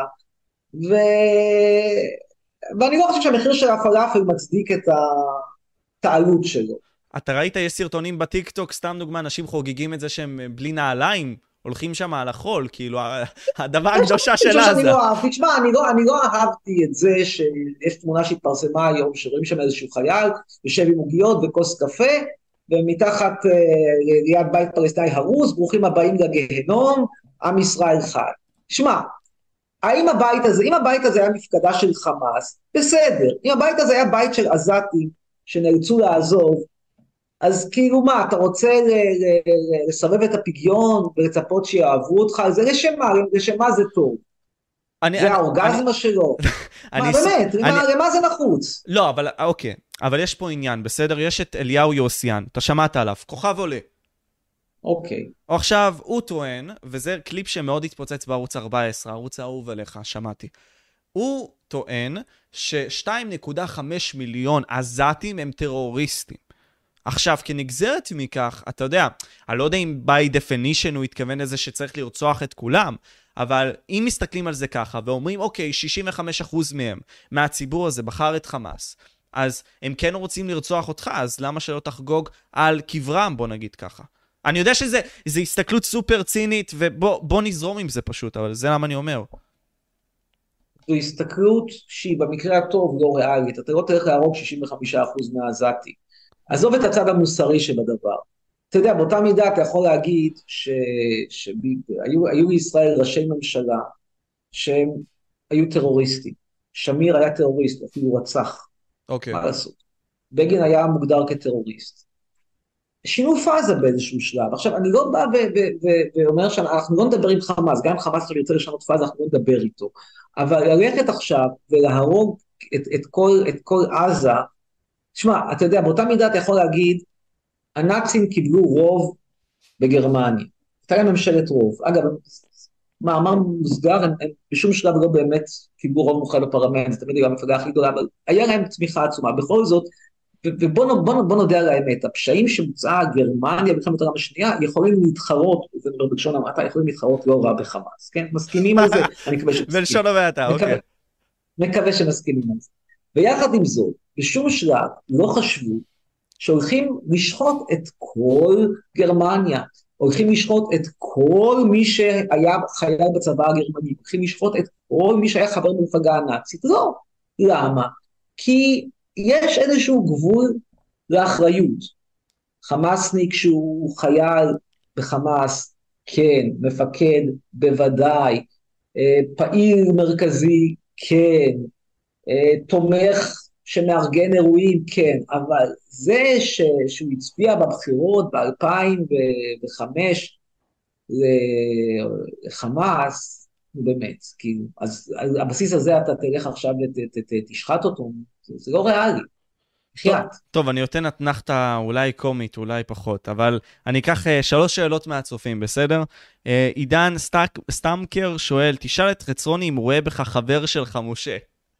B: ואני לא חושב שהמחיר של הפלאפל מצדיק את העלות שלו.
A: אתה ראית, יש סרטונים בטיקטוק, סתם דוגמה, אנשים חוגגים את זה שהם בלי נעליים, הולכים שם על החול, כאילו, הדבר הקדושה של עזה.
B: תשמע, אני לא אהבתי את זה שיש תמונה שהתפרסמה היום, שרואים שם איזשהו חייל, יושב עם עוגיות וכוס קפה, ומתחת ליד בית פלסטיני הרוס, ברוכים הבאים לגיהנום, עם ישראל חי. תשמע, אם הבית הזה היה מפקדה של חמאס, בסדר. אם הבית הזה היה בית של עזתים, שנאלצו לעזוב, אז כאילו מה, אתה רוצה לסבב את הפגיון, ולצפות שיאהבו אותך, זה לשם מה זה טוב? זה האורגזמה שלו. מה, באמת, למה זה נחוץ?
A: לא, אבל אוקיי, אבל יש פה עניין, בסדר? יש את אליהו יוסיאן, אתה שמעת עליו, כוכב עולה.
B: אוקיי.
A: עכשיו, הוא טוען, וזה קליפ שמאוד התפוצץ בערוץ 14, הערוץ האהוב עליך, שמעתי. הוא טוען ש2.5 מיליון עזתים הם טרוריסטים. עכשיו, כנגזרת מכך, אתה יודע, אני לא יודע אם by definition הוא התכוון לזה שצריך לרצוח את כולם, אבל אם מסתכלים על זה ככה ואומרים, אוקיי, 65% מהם, מהציבור הזה בחר את חמאס, אז הם כן רוצים לרצוח אותך, אז למה שלא תחגוג על קברם, בוא נגיד ככה. אני יודע שזה הסתכלות סופר צינית, ובוא נזרום עם זה פשוט, אבל זה למה אני אומר.
B: זו הסתכלות שהיא במקרה הטוב לא ריאלית, אתה לא תלך להרוג 65% מהעזתי. עזוב את הצד המוסרי שבדבר. אתה יודע, באותה מידה אתה יכול להגיד שהיו לישראל ראשי ממשלה שהם היו טרוריסטים. שמיר היה טרוריסט, אפילו רצח.
A: אוקיי.
B: מה לעשות? בגין היה מוגדר כטרוריסט. שינו פאזה באיזשהו שלב. עכשיו, אני לא בא ואומר שאנחנו לא נדבר עם חמאס, גם אם חמאס עכשיו ירצה לשנות פאזה, אנחנו לא נדבר איתו. אבל ללכת עכשיו ולהרוג את כל עזה, תשמע, אתה יודע, באותה מידה אתה יכול להגיד, הנאצים קיבלו רוב בגרמניה. הייתה להם ממשלת רוב. אגב, מאמר מוסגר, הם בשום שלב לא באמת קיבלו רוב מוחלט בפרלמנט, זה תמיד היה המפלגה הכי גדולה, אבל היה להם תמיכה עצומה. בכל זאת, ובוא נודה על האמת, הפשעים שבוצעה גרמניה במלחמת העולם השנייה, יכולים להתחרות, זה מדבר בלשון המעטה, יכולים להתחרות לא רע בחמאס, כן? מסכימים על זה? אני מקווה שמסכימים.
A: בלשון המעטה, אוקיי.
B: מקווה שמסכימים על זה. ויחד עם זאת, בשום שלב לא חשבו שהולכים לשחוט את כל גרמניה, הולכים לשחוט את כל מי שהיה חייל בצבא הגרמני, הולכים לשחוט את כל מי שהיה חבר במפלגה הנאצית. לא. למה? כי יש איזשהו גבול לאחריות. חמאסניק שהוא חייל בחמאס, כן, מפקד בוודאי, פעיל מרכזי, כן, תומך שמארגן אירועים, כן, אבל זה שהוא הצביע בבחירות ב-2005 לחמאס, באמת, כאילו, אז על הבסיס הזה אתה תלך עכשיו ותשחט אותו, זה לא ריאלי.
A: טוב, אני נותן אתנחתה אולי קומית, אולי פחות, אבל אני אקח 3 שאלות מהצופים, בסדר? עידן סטמקר שואל, תשאל את חצרוני אם הוא רואה בך חבר שלך, משה.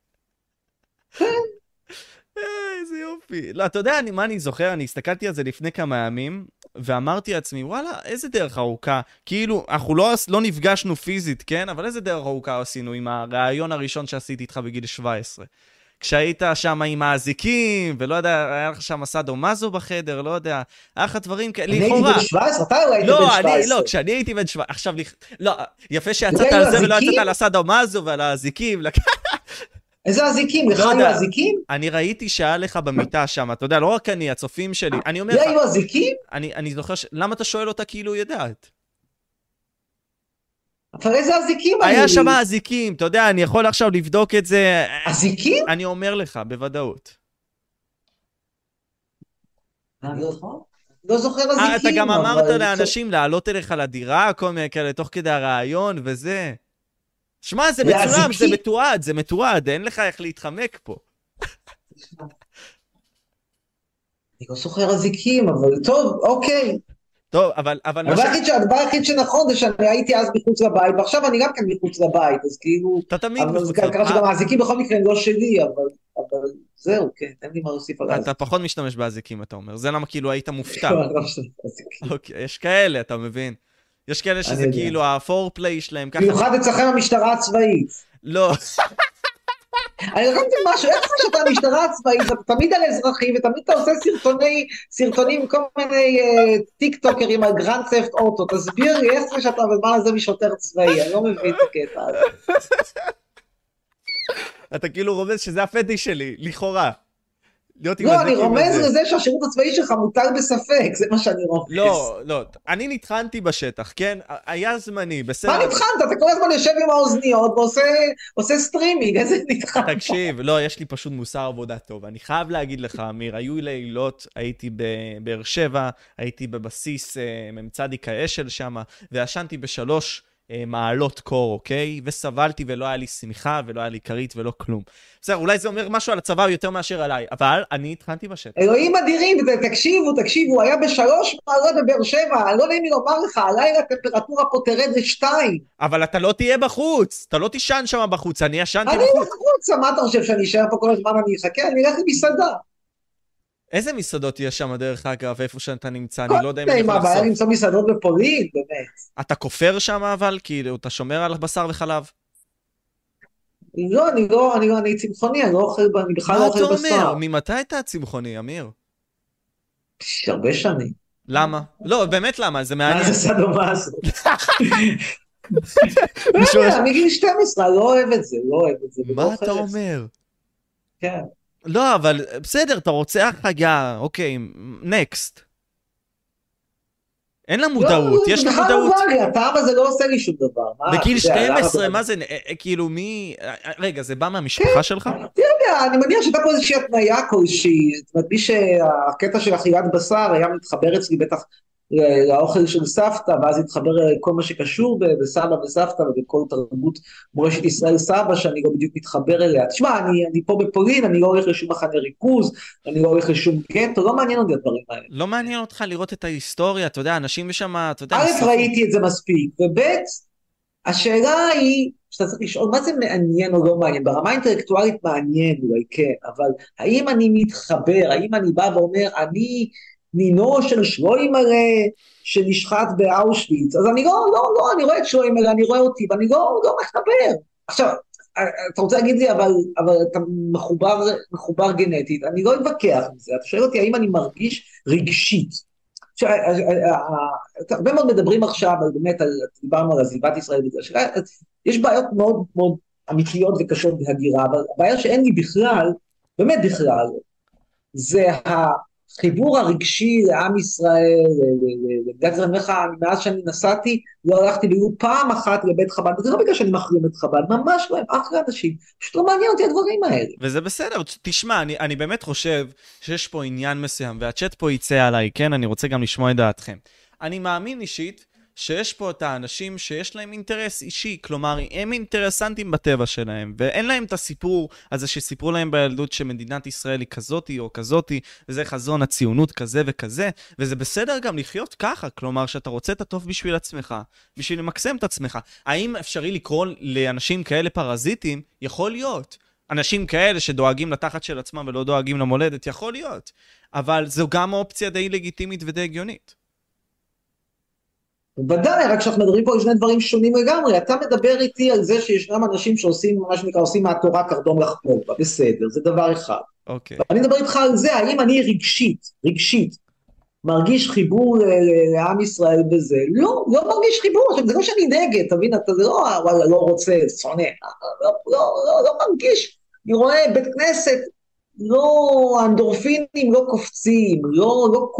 A: איזה יופי. לא, אתה יודע מה אני זוכר? אני הסתכלתי על זה לפני כמה ימים, ואמרתי לעצמי, וואלה, איזה דרך ארוכה. כאילו, אנחנו לא נפגשנו פיזית, כן? אבל איזה דרך ארוכה עשינו עם הרעיון הראשון שעשיתי איתך בגיל 17. כשהיית שם עם האזיקים, ולא יודע, היה לך שם סאדו מזו בחדר, לא יודע, היה לך דברים כאלה, לכאורה.
B: אני הייתי בן 17? אתה לא היית בן 17?
A: לא, כשאני הייתי בן 17, עכשיו, לא, יפה שיצאת על זה ולא יצאת על הסאדו מזו ועל האזיקים.
B: איזה אזיקים? לך היו אזיקים?
A: אני ראיתי שהיה לך במיטה שם, אתה יודע, לא רק אני, הצופים שלי, אני אומר
B: לך... היו אזיקים?
A: אני זוכר, למה אתה שואל אותה כאילו ידעת?
B: אבל איזה אזיקים?
A: היה שם אזיקים, אתה יודע, אני יכול עכשיו לבדוק את זה.
B: אזיקים?
A: אני אומר לך, בוודאות.
B: אני לא זוכר אזיקים.
A: אתה גם אמרת לאנשים לעלות אליך לדירה, כל מיני כאלה, תוך כדי הרעיון וזה. שמע, זה מצולם, זה מתועד, אין לך איך להתחמק פה.
B: אני לא זוכר אזיקים, אבל טוב, אוקיי.
A: טוב, אבל...
B: הדבר היחיד שנכון זה שאני הייתי אז מחוץ לבית, ועכשיו אני גם כן מחוץ לבית, אז כאילו...
A: אתה תמיד מחוץ לבית.
B: ככה שגם האזיקים בכל מקרה הם לא שלי, אבל זהו, כן, אין לי מה להוסיף על האזיקים.
A: אתה פחות משתמש באזיקים, אתה אומר. זה למה כאילו היית מופתע. אוקיי, יש כאלה, אתה מבין. יש כאלה שזה כאילו הפורפליי שלהם ככה...
B: במיוחד אצלכם המשטרה הצבאית.
A: לא.
B: אני לא יודעת משהו, איך זה שאתה המשטרה הצבאית, אתה תמיד על אזרחים, ותמיד אתה עושה סרטונים, כל מיני טיק טוקרים על גרנד ת'אפט אוטו, תסביר לי איך זה שאתה בזמן הזה משוטר צבאי, אני לא מבין את הקטע הזה.
A: אתה כאילו רומז שזה הפטיש שלי, לכאורה.
B: לא, אני רומז לזה שהשירות הצבאי שלך מוטל בספק, זה מה שאני רומז.
A: לא, אני נטחנתי בשטח, כן? היה זמני, בסדר.
B: מה נטחנת? אתה כל הזמן יושב עם האוזניות ועושה סטרימינג, איזה נטחנת?
A: תקשיב, לא, יש לי פשוט מוסר עבודה טוב. אני חייב להגיד לך, אמיר, היו לילות, הייתי בבאר שבע, הייתי בבסיס מצדיק האשל שם, וישנתי ב3 מעלות קור, אוקיי? וסבלתי ולא היה לי שמחה ולא היה לי קרית ולא כלום. בסדר, אולי זה אומר משהו על הצבא יותר מאשר עליי, אבל אני התחלתי בשטח.
B: אלוהים אדירים, תקשיבו, היה ב3 מעלות בבאר שבע, לא נעים לי לומר לך, הלילה הטמפרטורה פה תרד ל2.
A: אבל אתה לא תהיה בחוץ, אתה לא תישן שם בחוץ, אני ישנתי בחוץ.
B: אני בחוץ, מה אתה חושב שאני אשאר פה כל הזמן, אני אחכה, אני אלך למסעדה.
A: איזה מסעדות יש שם דרך אגב, איפה שאתה נמצא, אני לא יודע אם אני יכול
B: לחשוף. למצוא מסעדות בפולין, באמת.
A: אתה כופר שם אבל, כאילו, אתה שומר על בשר וחלב?
B: לא, אני צמחוני, אני בכלל לא אוכל בשר.
A: מה אתה אומר? ממתי אתה צמחוני, אמיר?
B: הרבה שנים.
A: למה? לא, באמת למה? זה מעניין.
B: מה זה סדומאסו? מגיל 12, לא אוהב את זה.
A: מה אתה אומר?
B: כן.
A: לא, אבל בסדר, אתה רוצה החגה, אוקיי, נקסט. אין לה מודעות, יש לה מודעות.
B: הטעם הזה לא עושה לי שום דבר.
A: בגיל 12, מה זה, כאילו מי... רגע, זה בא מהמשפחה שלך?
B: תראה, אני מניח שאתה פה איזושהי התניה כלשהי, זאת אומרת, מי שהקטע של אכילת בשר היה מתחבר אצלי בטח לאוכל של סבתא, ואז התחבר כל מה שקשור בסבא וסבתא, ובכל תרבות מורשת ישראל סבא, שאני לא בדיוק מתחבר אליה. תשמע, אני פה בפולין, אני לא הולך לשום מחנה ריכוז, אני לא הולך לשום גטו, לא מעניין אותי הדברים האלה.
A: לא מעניין אותך לראות את ההיסטוריה, אתה יודע, אנשים בשם, אתה יודע...
B: א', ראיתי את זה מספיק, וב', השאלה היא, שאתה צריך לשאול, מה זה מעניין או לא מעניין? ברמה אינטלקטואלית מעניין אולי, כן, אבל האם אני מתחבר, האם אני בא ואומר, אני נינו של שלוימרה שנשחט באושוויץ, אז אני אני רואה את שלוימרה, אני רואה אותי, ואני לא מחבר. עכשיו, אתה רוצה להגיד לי, אבל אתה מחובר גנטית, אני לא אתווכח עם זה, אתה שואל אותי האם אני מרגיש רגשית, הרבה מאוד מדברים עכשיו, באמת, דיברנו על עזיבת ישראל, יש בעיות מאוד מאוד אמיתיות וקשות בהגירה, אבל הבעיה שאין לי בכלל, באמת בכלל, זה החיבור הרגשי לעם ישראל, למדינת ישראל. מאז שאני נסעתי, לא הלכתי ולו פעם אחת לבית חב"ד, וזה לא בגלל שאני מחרים את חב"ד, ממש לא, הם אחלה אנשים, פשוט לא מעניין אותי הדברים האלה.
A: וזה בסדר, תשמע, אני באמת חושב שיש פה עניין מסוים, והצ'אט פה יצא עליי, כן? אני רוצה גם לשמוע את דעתכם. אני מאמין אישית, שיש פה את האנשים שיש להם אינטרס אישי, כלומר, הם אינטרסנטים בטבע שלהם, ואין להם את הסיפור הזה שסיפרו להם בילדות שמדינת ישראל היא כזאתי או כזאתי, וזה חזון הציונות כזה וכזה, וזה בסדר גם לחיות ככה, כלומר, שאתה רוצה את הטוב בשביל עצמך, בשביל למקסם את עצמך. האם אפשרי לקרוא לאנשים כאלה פרזיטים? יכול להיות. אנשים כאלה שדואגים לתחת של עצמם ולא דואגים למולדת, יכול להיות. אבל זו גם אופציה די לגיטימית ודי הגיונית.
B: ודאי, רק שאנחנו מדברים פה על שני דברים שונים לגמרי. אתה מדבר איתי על זה שישנם אנשים שעושים, מה שנקרא, עושים מהתורה קרדום לחפור בה, בסדר, זה דבר אחד.
A: אוקיי.
B: ואני מדבר איתך על זה, האם אני רגשית, מרגיש חיבור לעם ישראל בזה? לא מרגיש חיבור, זה לא שאני נגד, תבין, אתה לא, וואלה, לא רוצה, שונא, לא מרגיש. אני רואה בית כנסת, לא, האנדורפינים לא קופצים, לא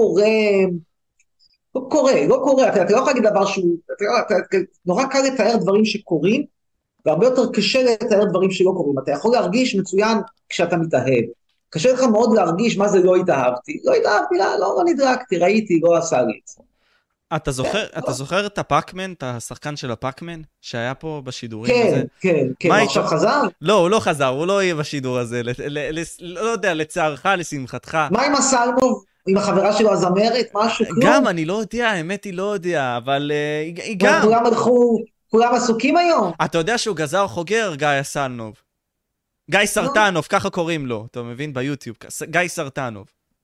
B: קורה, אתה לא יכול להגיד דבר שהוא, נורא קל לתאר דברים שקורים, והרבה יותר קשה לתאר דברים שלא קורים. אתה יכול להרגיש מצוין כשאתה מתאהב, קשה לך מאוד להרגיש מה זה לא התאהבתי, לא נדרקתי, ראיתי, לא עשה לי את זה.
A: אתה זוכר את הפאקמן, את השחקן של הפאקמן, שהיה פה בשידורים?
B: כן, עכשיו חזר?
A: לא, הוא לא חזר, הוא לא יהיה בשידור הזה, לא יודע, לצערך, לשמחתך.
B: מה עם הסלמוב? עם החברה שלו הזמרת, משהו, כלום?
A: גם, אני לא יודע, האמת היא לא יודע, אבל היא גם.
B: כולם עסוקים היום?
A: אתה יודע שהוא גזר חוגר, גיא סלנוב. גיא סרטנוב, ככה קוראים לו, אתה מבין? ביוטיוב, גיא סרטנוב.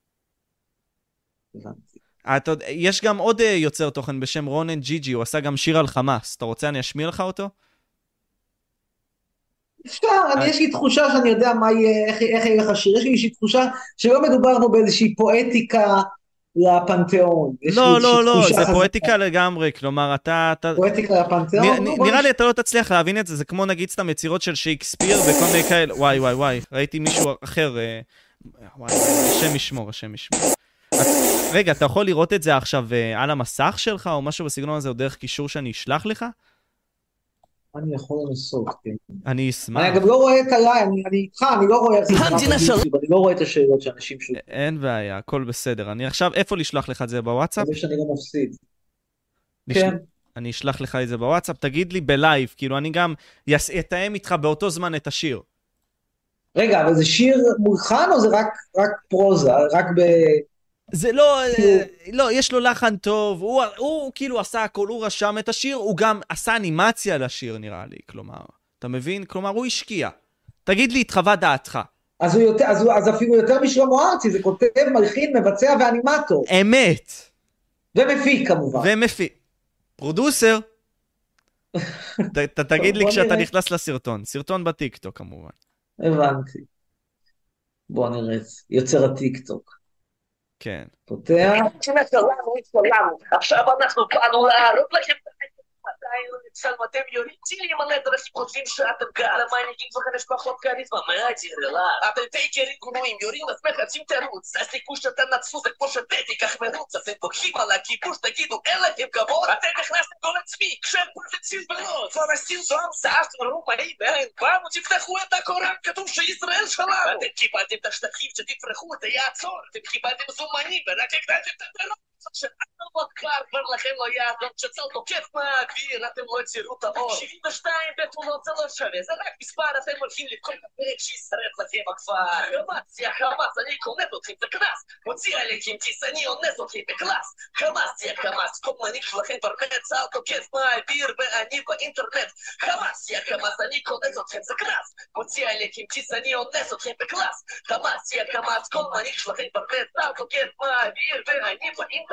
A: יש גם עוד יוצר תוכן בשם רונן ג'יג'י, הוא עשה גם שיר על חמאס. אתה רוצה אני אשמיע לך אותו?
B: אפשר, יש לי תחושה שאני יודע איך יהיה לך שיר, יש לי איזושהי תחושה שלא מדובר פה באיזושהי פואטיקה לפנתיאון.
A: לא, זה פואטיקה לגמרי, כלומר אתה...
B: פואטיקה לפנתיאון?
A: נראה לי אתה לא תצליח להבין את זה, זה כמו נגיד סתם יצירות של שייקספיר וכל מיני כאלה, וואי, ראיתי מישהו אחר, וואי, השם ישמור. רגע, אתה יכול לראות את זה עכשיו על המסך שלך או משהו בסגנון הזה, או דרך קישור שאני אשלח לך?
B: אני יכול לנסות, כן.
A: אני אשמח.
B: אני גם לא רואה את עליי, אני איתך, אני לא רואה אני לא רואה את השאלות שאנשים שואלים.
A: אין בעיה, הכל בסדר. אני עכשיו, איפה לשלוח לך את זה בוואטסאפ?
B: אני שאני לא מפסיד. כן.
A: אני אשלח לך את זה בוואטסאפ, תגיד לי בלייב, כאילו אני גם אתאם איתך באותו זמן את השיר.
B: רגע, אבל זה שיר מולחן או זה רק פרוזה, רק ב...
A: זה לא, יש לו לחן טוב, הוא כאילו עשה הכל, הוא רשם את השיר, הוא גם עשה אנימציה לשיר נראה לי, כלומר, אתה מבין? כלומר, הוא השקיע. תגיד לי את חוות דעתך.
B: אז אפילו יותר משלמה ארצי, זה כותב, מלחין, מבצע ואנימטור.
A: אמת.
B: ומפיק כמובן.
A: פרודוסר. תגיד לי כשאתה נכנס לסרטון, סרטון בטיקטוק כמובן.
B: הבנתי. בוא נראה, יוצר הטיקטוק.
A: כן.
B: פותח.
C: עכשיו אנחנו באנו להראות לכם אתם יורים טילים על עדר, אתם חושבים שאתם גר, למעניקים שלכם יש פחות כריזמה, מהדירלה. אתם טייקרים גרועים, יורים אז מחצים תירוץ, הסיכוי שאתם נצפו זה כמו שטדי כך מרוץ, אתם בוקחים על הכיבוש, תגידו אין לכם כבוד, אתם נכנסתם גול עצמי, כשהם פרצים בלוד, פלסטין זו המצאה של רומאי ואין, פעם תפתחו את הקוראן, כתוב שישראל שלנו, אתם קיבלתם את השטחים שתפרחו את היעצור, אתם קיבלתם זומנים ורק הגדלתם את הדלות. שאתם לא קר, כבר לכם לא יעדון, שצל תוקף מהאוויר, אתם לא תראו את האור. 72 בתמונות זה לא שווה, זה רק מספר, אתם הולכים לבחור את הפרק שישרף לכם הכפר. חמאס, יא חמאס, אני קונט אתכם בקנס, מוציא עליכם טיס, אני אונס אתכם בקלאס. חמאס, יא חמאס, כל מנהיג שלכם ברקד, צל תוקף מהאוויר ואני באינטרנט. חמאס, יא חמאס, אני קונט אתכם בקנס, מוציא עליכם טיס, אני אונס אתכם בקלאס. חמאס, יא חמאס, כל מנהיג שלכם ברקד, צל תוקף מהאוויר ואני באינטרנט.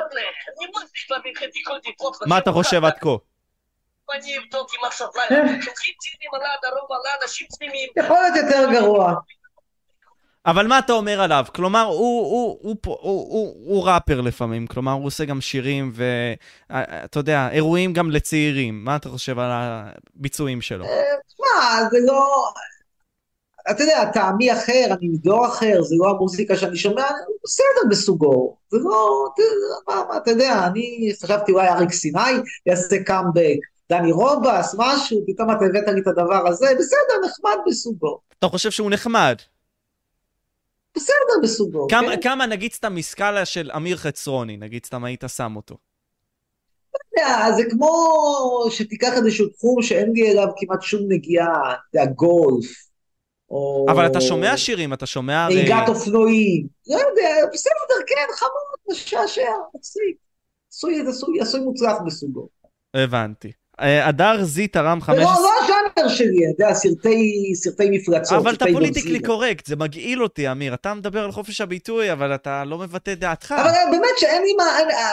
A: מה אתה חושב עד כה?
C: אני אבדוק עם עכשיו לילה, שולחים טילים על הדרום על האנשים תמימים.
B: יכול להיות יותר גרוע.
A: אבל מה אתה אומר עליו? כלומר, הוא ראפר לפעמים, כלומר, הוא עושה גם שירים ואתה יודע, אירועים גם לצעירים. מה אתה חושב על הביצועים שלו?
B: מה, זה לא... אתה יודע, טעמי אחר, אני מדור אחר, זה לא המוזיקה שאני שומע, הוא בסדר בסוגו. זה לא... אתה יודע, אני חשבתי אולי אריק סיני יעשה קאמבק, דני רובס, משהו, פתאום אתה הבאת לי את הדבר הזה, בסדר, נחמד בסוגו.
A: אתה חושב שהוא נחמד?
B: בסדר בסוגו, כן?
A: כמה נגיד סתם מסקאלה של אמיר חצרוני, נגיד סתם היית שם אותו?
B: זה כמו שתיקח איזשהו תחום שאין לי אליו כמעט שום נגיעה, זה הגולף.
A: אבל אתה שומע שירים, אתה שומע...
B: נהיגת אופנועים, לא יודע, בסדר, כן, חמוד, משעשע, מצחיק. עשוי מוצלח בסוגו.
A: הבנתי. הדר זי תרם 15...
B: לא הז'אנר שלי, אתה יודע, סרטי מפלצות.
A: אבל אתה פוליטיקלי קורקט, זה מגעיל אותי, אמיר. אתה מדבר על חופש הביטוי, אבל אתה לא מבטא דעתך.
B: אבל באמת שאין לי מה...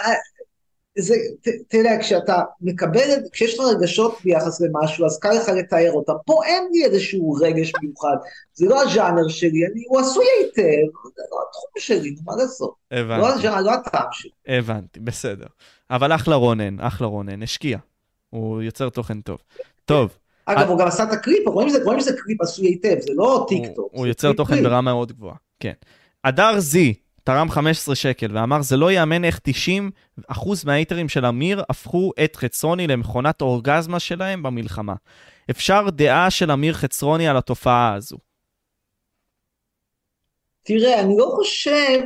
B: תראה, כשאתה מקבל, כשיש לך רגשות ביחס למשהו, אז קל לך לתאר אותם. פה אין לי איזשהו רגש מיוחד. זה לא הז'אנר שלי, הוא עשוי היטב, זה לא התחום שלי, מה לעשות?
A: הבנתי.
B: לא הז'אנר, לא הטעם שלי.
A: הבנתי, בסדר. אבל אחלה רונן, השקיע. הוא יוצר תוכן טוב. טוב.
B: אגב, הוא גם עשה את הקליפ, רואים שזה קליפ עשוי היטב, זה לא טיקטוק.
A: הוא יוצר תוכן ברמה מאוד גבוהה, כן. הדר זי תרם 15 שקל ואמר, זה לא יאמן איך 90% מההייטרים של אמיר הפכו את חצרוני למכונת אורגזמה שלהם במלחמה. אפשר דעה של אמיר חצרוני על התופעה הזו?
B: תראה, אני לא חושב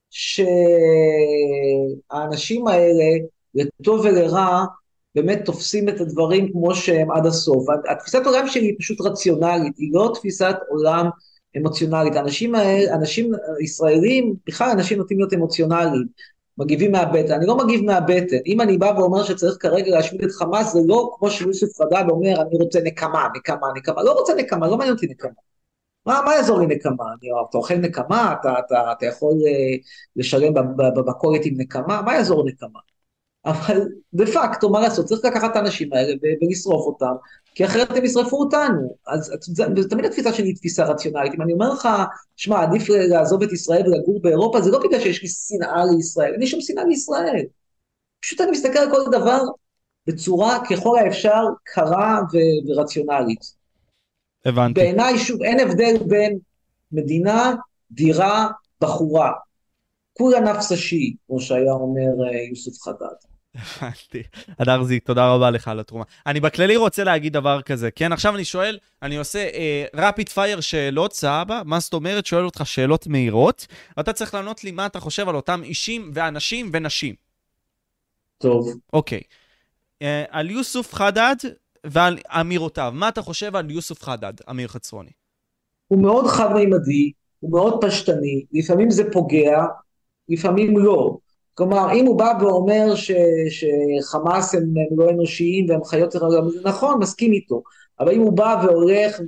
B: שהאנשים האלה, לטוב ולרע, באמת תופסים את הדברים כמו שהם עד הסוף. התפיסת עולם שלי היא פשוט רציונלית, היא לא תפיסת עולם אמוציונלית. אנשים ישראלים, בכלל אנשים נוטים להיות אמוציונליים, מגיבים מהבטן. אני לא מגיב מהבטן. אם אני בא ואומר שצריך כרגע להשמיד את חמאס, זה לא כמו שיוסף חדד אומר, אני רוצה נקמה. לא רוצה נקמה, לא מעניין אותי נקמה. מה יעזור לי נקמה? אתה אוכל נקמה, אתה יכול לשלם בבקורת עם נקמה, מה יעזור נקמה? אבל דה פקטו, מה לעשות? צריך לקחת את האנשים האלה ולשרוף אותם, כי אחרת הם ישרפו אותנו. אז תמיד התפיסה שלי היא תפיסה רציונלית. אם אני אומר לך, שמע, עדיף לעזוב את ישראל ולגור באירופה, זה לא בגלל שיש לי שנאה לישראל, אין לי שום שנאה לישראל. פשוט אני מסתכל על כל דבר בצורה ככל האפשר קרה ורציונלית.
A: הבנתי.
B: בעיניי, שוב, אין הבדל בין מדינה, דירה, בחורה. כולה נפס השיעי, כמו שהיה אומר יוסף חדד.
A: הבנתי. הדר זי, תודה רבה לך על התרומה. אני בכללי רוצה להגיד דבר כזה, כן? עכשיו אני שואל, אני עושה רפיד פייר שאלות, סבא, מה זאת אומרת? שואל אותך שאלות מהירות, ואתה צריך לענות לי מה אתה חושב על אותם אישים ואנשים ונשים.
B: טוב.
A: אוקיי. על יוסף חדד ועל אמירותיו, מה אתה חושב על יוסף חדד, אמיר חצרוני? הוא
B: מאוד חד-מימדי, הוא מאוד פשטני, לפעמים זה פוגע, לפעמים לא. כלומר, אם הוא בא ואומר שחמאס הם לא אנושיים והם חיות, זה נכון, מסכים איתו. אבל אם הוא בא והולך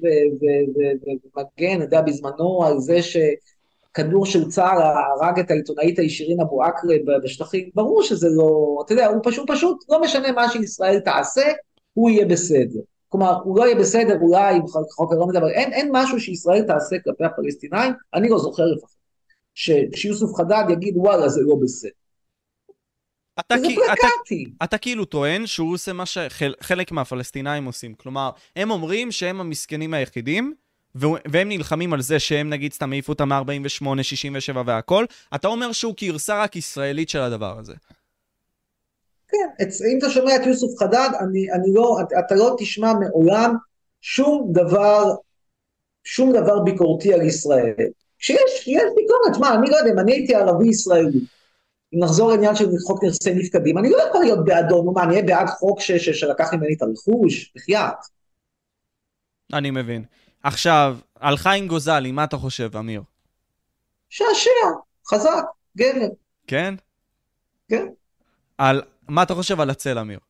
B: ומגן, יודע, בזמנו על זה שכדור של צה"ל הרג את העיתונאית הישירין אבו עקרה בשטחים, ברור שזה לא, אתה יודע, הוא פשוט לא משנה מה שישראל תעשה, הוא יהיה בסדר. כלומר, הוא לא יהיה בסדר, אולי, חוק לא מדבר, אין משהו שישראל תעשה כלפי הפלסטינאים, אני לא זוכר לפחות, שיוסף חדד יגיד, וואלה, זה לא בסדר.
A: אתה כאילו טוען שהוא עושה מה שחלק מהפלסטינאים עושים, כלומר, הם אומרים שהם המסכנים היחידים, והם נלחמים על זה שהם נגיד סתם העיפו אותם 48, 67 והכל, אתה אומר שהוא גרסה רק ישראלית של הדבר הזה.
B: כן, אם אתה שומע את יוסף חדד, אתה לא תשמע מעולם שום דבר ביקורתי על ישראל. כשיש ביקורת, מה, אני לא יודע, אני הייתי ערבי ישראלי, אם נחזור לעניין של חוק נכסי נפקדים, אני לא יכול להיות בעדו, מה, אני אהיה בעד חוק שלקח ממני את הרכוש, בחייאת.
A: אני מבין. עכשיו, על חיים גוזלי, מה אתה חושב, אמיר?
B: שעשע, חזק, גבר.
A: כן?
B: כן.
A: מה אתה חושב על הצל, אמיר?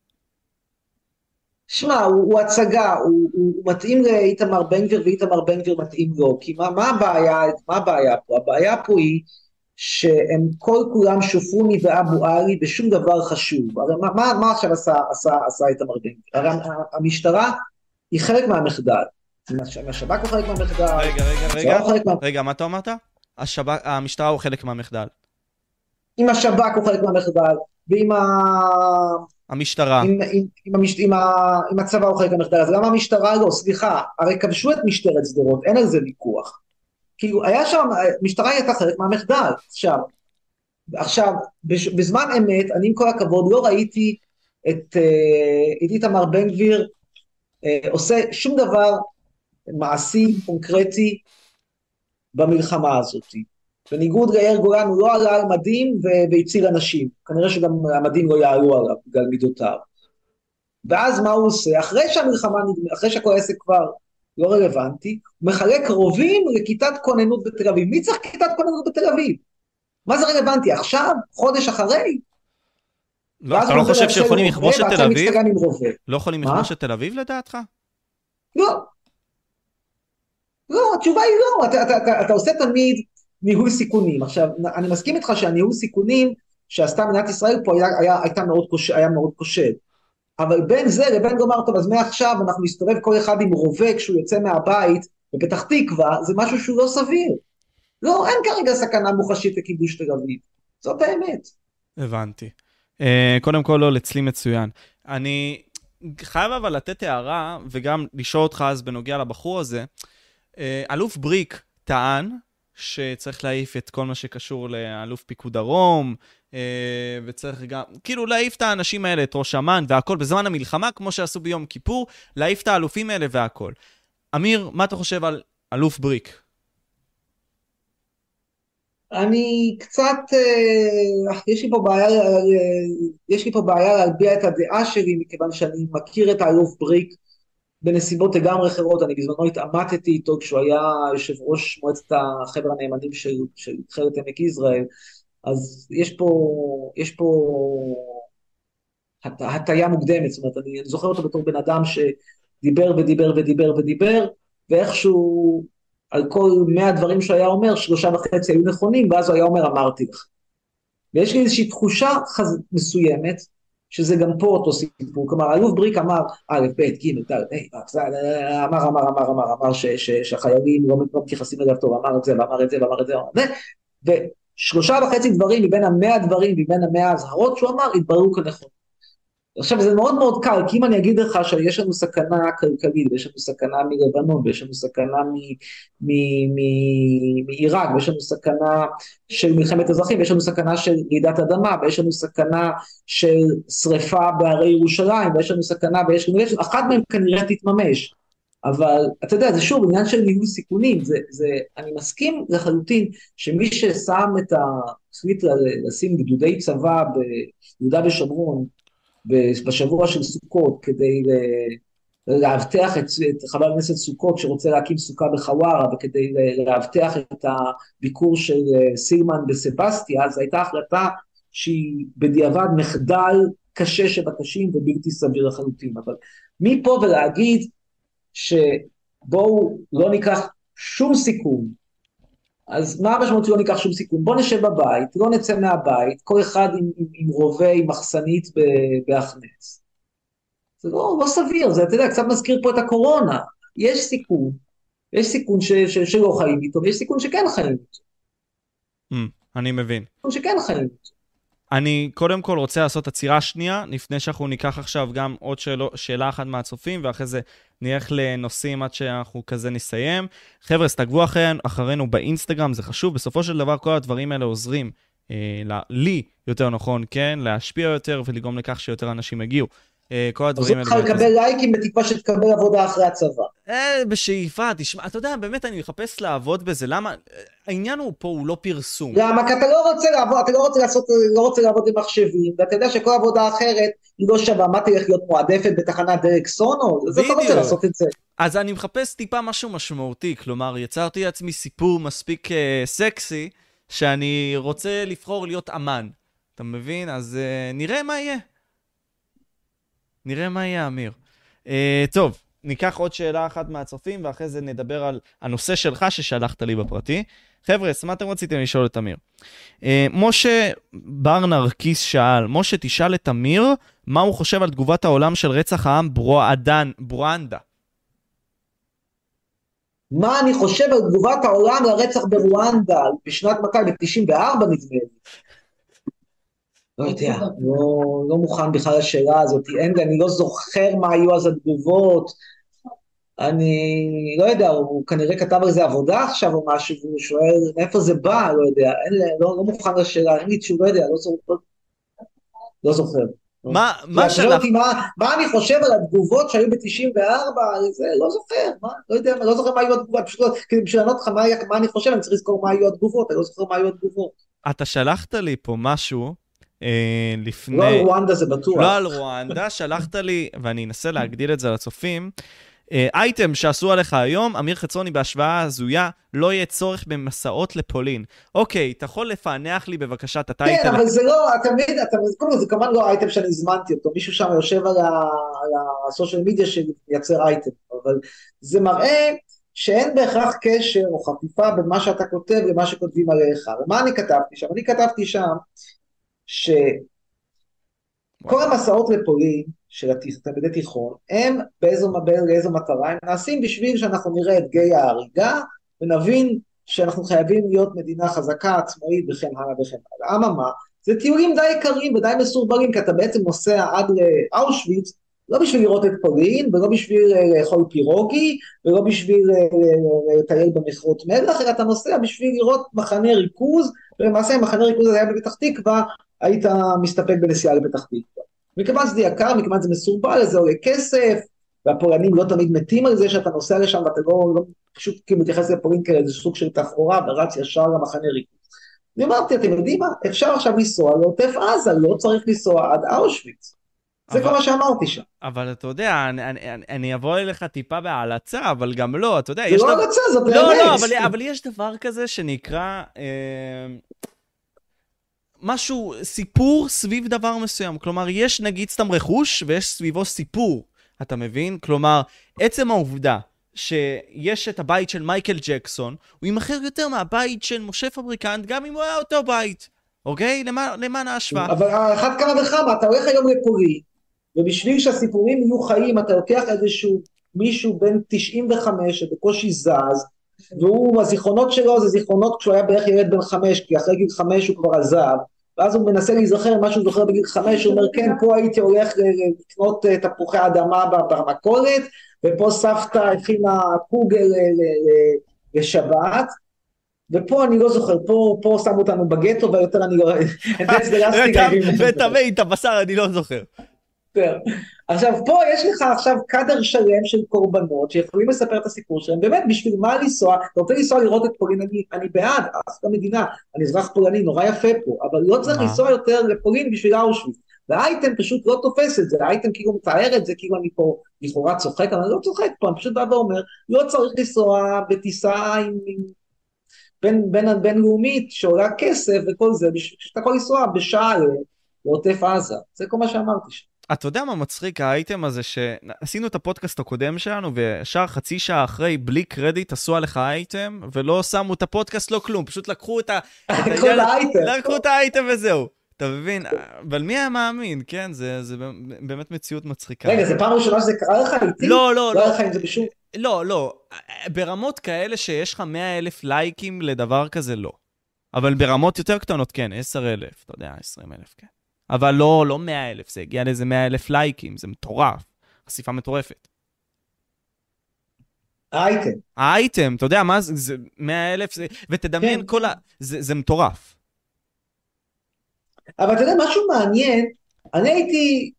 B: שמע, הוא הצגה, הוא מתאים לאיתמר בן גביר, ואיתמר בן גביר מתאים לו, כי מה הבעיה פה? הבעיה פה היא שהם כל כולם שופרוני ואבו עלי בשום דבר חשוב. הרי מה עכשיו עשה איתמר בן גביר? הרי המשטרה היא חלק מהמחדל. השב"כ הוא חלק מהמחדל.
A: רגע, מה אתה אמרת? המשטרה הוא חלק מהמחדל?
B: אם השב"כ הוא חלק מהמחדל, ואם
A: המשטרה.
B: אם הצבא הוא חלק מהמחדל, אז למה המשטרה לא? סליחה, הרי כבשו את משטרת שדרות, אין על זה ויכוח. כאילו, היה שם, משטרה הייתה חלק מהמחדל. עכשיו, בזמן אמת, אני עם כל הכבוד, לא ראיתי את איתמר בן גביר עושה שום דבר מעשי, קונקרטי, במלחמה הזאת. בניגוד ליאיר גולן, הוא לא עלה על מדים והציל אנשים. כנראה שגם המדים לא יעלו עליו בגלל מידותיו. ואז מה הוא עושה? אחרי שהמלחמה נגמרה, אחרי שהכל העסק כבר לא רלוונטי, הוא מחלק רובים לכיתת כוננות בתל אביב. מי צריך כיתת כוננות בתל אביב? מה זה רלוונטי? עכשיו? חודש אחרי?
A: לא, אתה לא חושב שיכולים לכבוש את תל אביב?
B: לא
A: יכולים לכבוש את תל אביב לדעתך?
B: לא. לא, התשובה היא לא. אתה עושה תמיד ניהול סיכונים. עכשיו, אני מסכים איתך שהניהול סיכונים שעשתה מדינת ישראל פה היה מאוד כושל. אבל בין זה לבין לומר, טוב, אז מעכשיו אנחנו נסתובב כל אחד עם רובה כשהוא יוצא מהבית בפתח תקווה, זה משהו שהוא לא סביר. לא, אין כרגע סכנה מוחשית לכיבוש תל אביב. זאת האמת.
A: הבנתי. קודם כל לא, אצלי מצוין. אני חייב אבל לתת הערה, וגם לשאול אותך אז בנוגע לבחור הזה. אלוף בריק טען שצריך להעיף את כל מה שקשור לאלוף פיקוד דרום, וצריך גם, כאילו להעיף את האנשים האלה, את ראש אמ"ן והכל, בזמן המלחמה, כמו שעשו ביום כיפור, להעיף את האלופים האלה והכל. אמיר, מה אתה חושב על אלוף בריק?
B: אני קצת, יש לי פה בעיה להביע את הדעה שלי, מכיוון שאני מכיר את האלוף בריק בנסיבות לגמרי אחרות. אני בזמנו התעמתתי איתו כשהוא היה יושב ראש מועצת החבר הנאמנים של נבחרת עמק יזרעאל, אז יש פה הטיה מוקדמת. זאת אומרת, אני זוכר אותו בתור בן אדם שדיבר ודיבר ודיבר ודיבר, ואיכשהו על כל 100 דברים שהוא היה אומר, 3.5 היו נכונים, ואז הוא היה אומר, אמרתי לך. ויש לי איזושהי תחושה מסוימת, שזה גם פה אותו סיפור. כלומר, אלוף בריק אמר, א', ב', ג', ד', אמר שהחיילים לא מתייחסים אליו טוב, אמר את זה, ואמר את זה, ואמר את זה, ו3.5 דברים מבין 100 דברים, מבין 100 הזהרות שהוא אמר, התבררו כנכון. עכשיו, זה מאוד מאוד קל, כי אם אני אגיד לך שיש לנו סכנה כלכלית, ויש לנו סכנה מלבנון, ויש לנו סכנה מעיראק, ויש לנו סכנה של מלחמת אזרחים, ויש לנו סכנה של רעידת אדמה, ויש לנו סכנה של שריפה בהרי ירושלים, ויש לנו סכנה, אחת מהם כנראה תתממש. אבל אתה יודע, זה שוב עניין של ניהול סיכונים. אני מסכים לחלוטין שמי ששם החליט לשים גדודי צבא ביהודה ושומרון, בשבוע של סוכות, כדי להבטח את חבר הכנסת סוכות שרוצה להקים סוכה בחווארה, וכדי להבטח את הביקור של סילמן בסבסטיה, אז הייתה החלטה שהיא בדיעבד מחדל קשה שבקשים ובלתי סביר לחלוטין. אבל מפה ולהגיד שבואו לא ניקח שום סיכון, אז מה המשמעות שלא ניקח שום סיכון? בוא נשב בבית, לא נצא מהבית, כל אחד עם רובה, עם מחסנית בהכנס. זה לא סביר, זה, אתה יודע, קצת מזכיר פה את הקורונה. יש סיכון שלא חיים איתו, ויש סיכון שכן חיים איתו.
A: אני מבין.
B: סיכון שכן חיים איתו.
A: אני קודם כל רוצה לעשות עצירה שנייה, לפני שאנחנו ניקח עכשיו גם עוד שאלה אחת מהצופים, ואחרי זה נלך לנושאים עד שאנחנו כזה נסיים. חבר'ה, תעקבו אחרינו באינסטגרם, זה חשוב. בסופו של דבר כל הדברים האלה עוזרים לי יותר נכון, כן? להשפיע יותר ולגרום לכך שיותר אנשים הגיעו. כל הדברים האלה.
B: אז לקבל לייקים בתקווה שתקבל עבודה אחרי הצבא.
A: בשאיפה, תשמע, אתה יודע, באמת אני מחפש לעבוד בזה. למה? העניין הוא פה, הוא לא פרסום.
B: למה? כי אתה לא רוצה לעבוד, אתה לא רוצה לעבוד עם מחשבים, ואתה יודע שכל עבודה אחרת היא לא שווה. מה תלך להיות מועדפת בתחנת דרק סונו? אז אתה רוצה לעשות את זה.
A: אז אני מחפש טיפה משהו משמעותי, כלומר, יצרתי לעצמי סיפור מספיק סקסי, שאני רוצה לבחור להיות אמן. אתה מבין? אז נראה מה יהיה. נראה מה יהיה, אמיר. טוב, ניקח עוד שאלה אחת מהצופים, ואחרי זה נדבר על הנושא שלך ששלחת לי בפרטי. חבר'ה, מה אתם רציתם לשאול את אמיר? משה בר נרקיס שאל, משה תשאל את אמיר, מה הוא חושב על תגובת העולם של רצח העם ברואנדה?
B: מה אני חושב על תגובת העולם לרצח ברואנדה בשנת 1994 נדמה לי. לא יודע, לא מוכן בכלל לשאלה הזאת, אני לא זוכר מה היו אז התגובות, אני לא יודע, הוא כנראה כתב על זה עבודה עכשיו או משהו, והוא שואל מאיפה זה בא, לא יודע, לא מוכן לשאלה, אין לי תשובה, לא יודע, לא זוכר.
A: מה שלך?
B: מה אני חושב על התגובות שהיו ב-94, זה לא זוכר, לא יודע, לא זוכר מה היו התגובות, כדי בשביל לענות לך מה אני חושב, אני צריך לזכור מה היו התגובות, אני לא זוכר מה היו התגובות.
A: אתה שלחת לי פה משהו, לפני...
B: לא על רואנדה זה בטוח.
A: לא על רואנדה, שלחת לי, ואני אנסה להגדיל את זה לצופים, אייטם שעשו עליך היום, אמיר חצרוני בהשוואה הזויה, לא יהיה צורך במסעות לפולין. אוקיי, אתה יכול לפענח לי בבקשה את הטייטל?
B: כן, אבל זה לא, זה כמובן לא אייטם שאני הזמנתי אותו, מישהו שם יושב על הסושיאל מדיה שמייצר אייטם, אבל זה מראה שאין בהכרח קשר או חפיפה בין מה שאתה כותב למה שכותבים עליך. ומה אני כתבתי שם? אני כתבתי שם כל המסעות לפולין של תלמידי תיכון, הם באיזו מטרה, הם נעשים בשביל שאנחנו נראה את גיא ההריגה, ונבין שאנחנו חייבים להיות מדינה חזקה, עצמאית וכן הלאה וכן הלאה. אממה, זה טיולים די יקרים ודי מסורבלים, כי אתה בעצם נוסע עד לאושוויץ, לא בשביל לראות את פולין, ולא בשביל לאכול פירוגי, ולא בשביל לטייל במכרות מלח, אלא אתה נוסע בשביל לראות מחנה ריכוז, ולמעשה מחנה ריכוז הזה היה בפתח תקווה, היית מסתפק בנסיעה לפתח תקווה. מכיוון שזה יקר, מכיוון זה מסורבל, זה עולה כסף, והפולנים לא תמיד מתים על זה שאתה נוסע לשם, ואתה לא פשוט כאילו מתייחס לפולין כאיזה סוג של תפאורה, ורץ ישר למחנה ריכוז. אני אמרתי, אתם יודעים מה? אפשר עכשיו לנסוע לעוטף עזה, לא צריך לנסוע עד אושוויץ. זה כל מה שאמרתי שם.
A: אבל אתה יודע, אני אבוא אליך טיפה בהעלצה, אבל גם לא, אתה יודע,
B: זה לא העלצה, זאת באמת.
A: לא, אבל יש דבר כזה שנקרא משהו, סיפור סביב דבר מסוים. כלומר, יש נגיד סתם רכוש, ויש סביבו סיפור, אתה מבין? כלומר, עצם העובדה שיש את הבית של מייקל ג'קסון, הוא ימחר יותר מהבית של משה פבריקנט, גם אם הוא היה אותו בית. אוקיי? למען ההשוואה.
B: אבל אחת כמה וכמה, אתה הולך היום לפולין, ובשביל שהסיפורים יהיו חיים, אתה לוקח איזשהו מישהו בין 95 שבקושי זז, והוא, הזיכרונות שלו זה זיכרונות כשהוא היה בערך ילד בן 5, כי אחרי גיל 5 הוא כבר עזב, ואז הוא מנסה להיזכר מה שהוא זוכר בגיל 5, הוא אומר כן, פה הייתי הולך לקנות תפוחי אדמה במכולת, ופה סבתא הכינה קוגל לשבת, ופה אני לא זוכר, פה שמו אותנו בגטו, ויותר אני לא...
A: ותמי את הבשר אני לא זוכר.
B: עכשיו פה יש לך עכשיו קדר שלם של קורבנות שיכולים לספר את הסיפור שלהם, באמת בשביל מה לנסוע, אתה רוצה לנסוע לראות את פולין, אני בעד, אז המדינה, אני אזרח פולני, נורא יפה פה, אבל לא צריך לנסוע יותר לפולין בשביל אושוויץ, והאייטם פשוט לא תופס את זה, האייטם כאילו מתאר את זה, כאילו אני פה לכאורה צוחק, אבל אני לא צוחק פה, אני פשוט בא ואומר, לא צריך לנסוע בטיסה בינלאומית שעולה כסף וכל זה, שאתה יכול לנסוע בשעה לעוטף עזה, זה כל מה שאמרתי שם.
A: אתה יודע מה מצחיק האייטם הזה שעשינו את הפודקאסט הקודם שלנו ושאר חצי שעה אחרי בלי קרדיט עשו עליך אייטם ולא שמו את הפודקאסט לא כלום, פשוט לקחו את האייטם וזהו. אתה מבין? אבל מי היה מאמין? כן, זה באמת מציאות מצחיקה.
B: רגע, זה פעם ראשונה שזה קרה לך איתי?
A: לא.
B: לא היה לך עם זה בשום?
A: לא. ברמות כאלה שיש לך 100,000 לייקים לדבר כזה לא. אבל ברמות יותר קטנות כן, 10,000, אתה יודע, 20,000 כן. אבל לא 100,000, זה הגיע לאיזה 100,000 לייקים, זה מטורף, חשיפה מטורפת. האייטם, אתה יודע מה, זה 100,000, ותדמיין כל זה מטורף.
B: אבל אתה יודע, משהו מעניין, אני הייתי,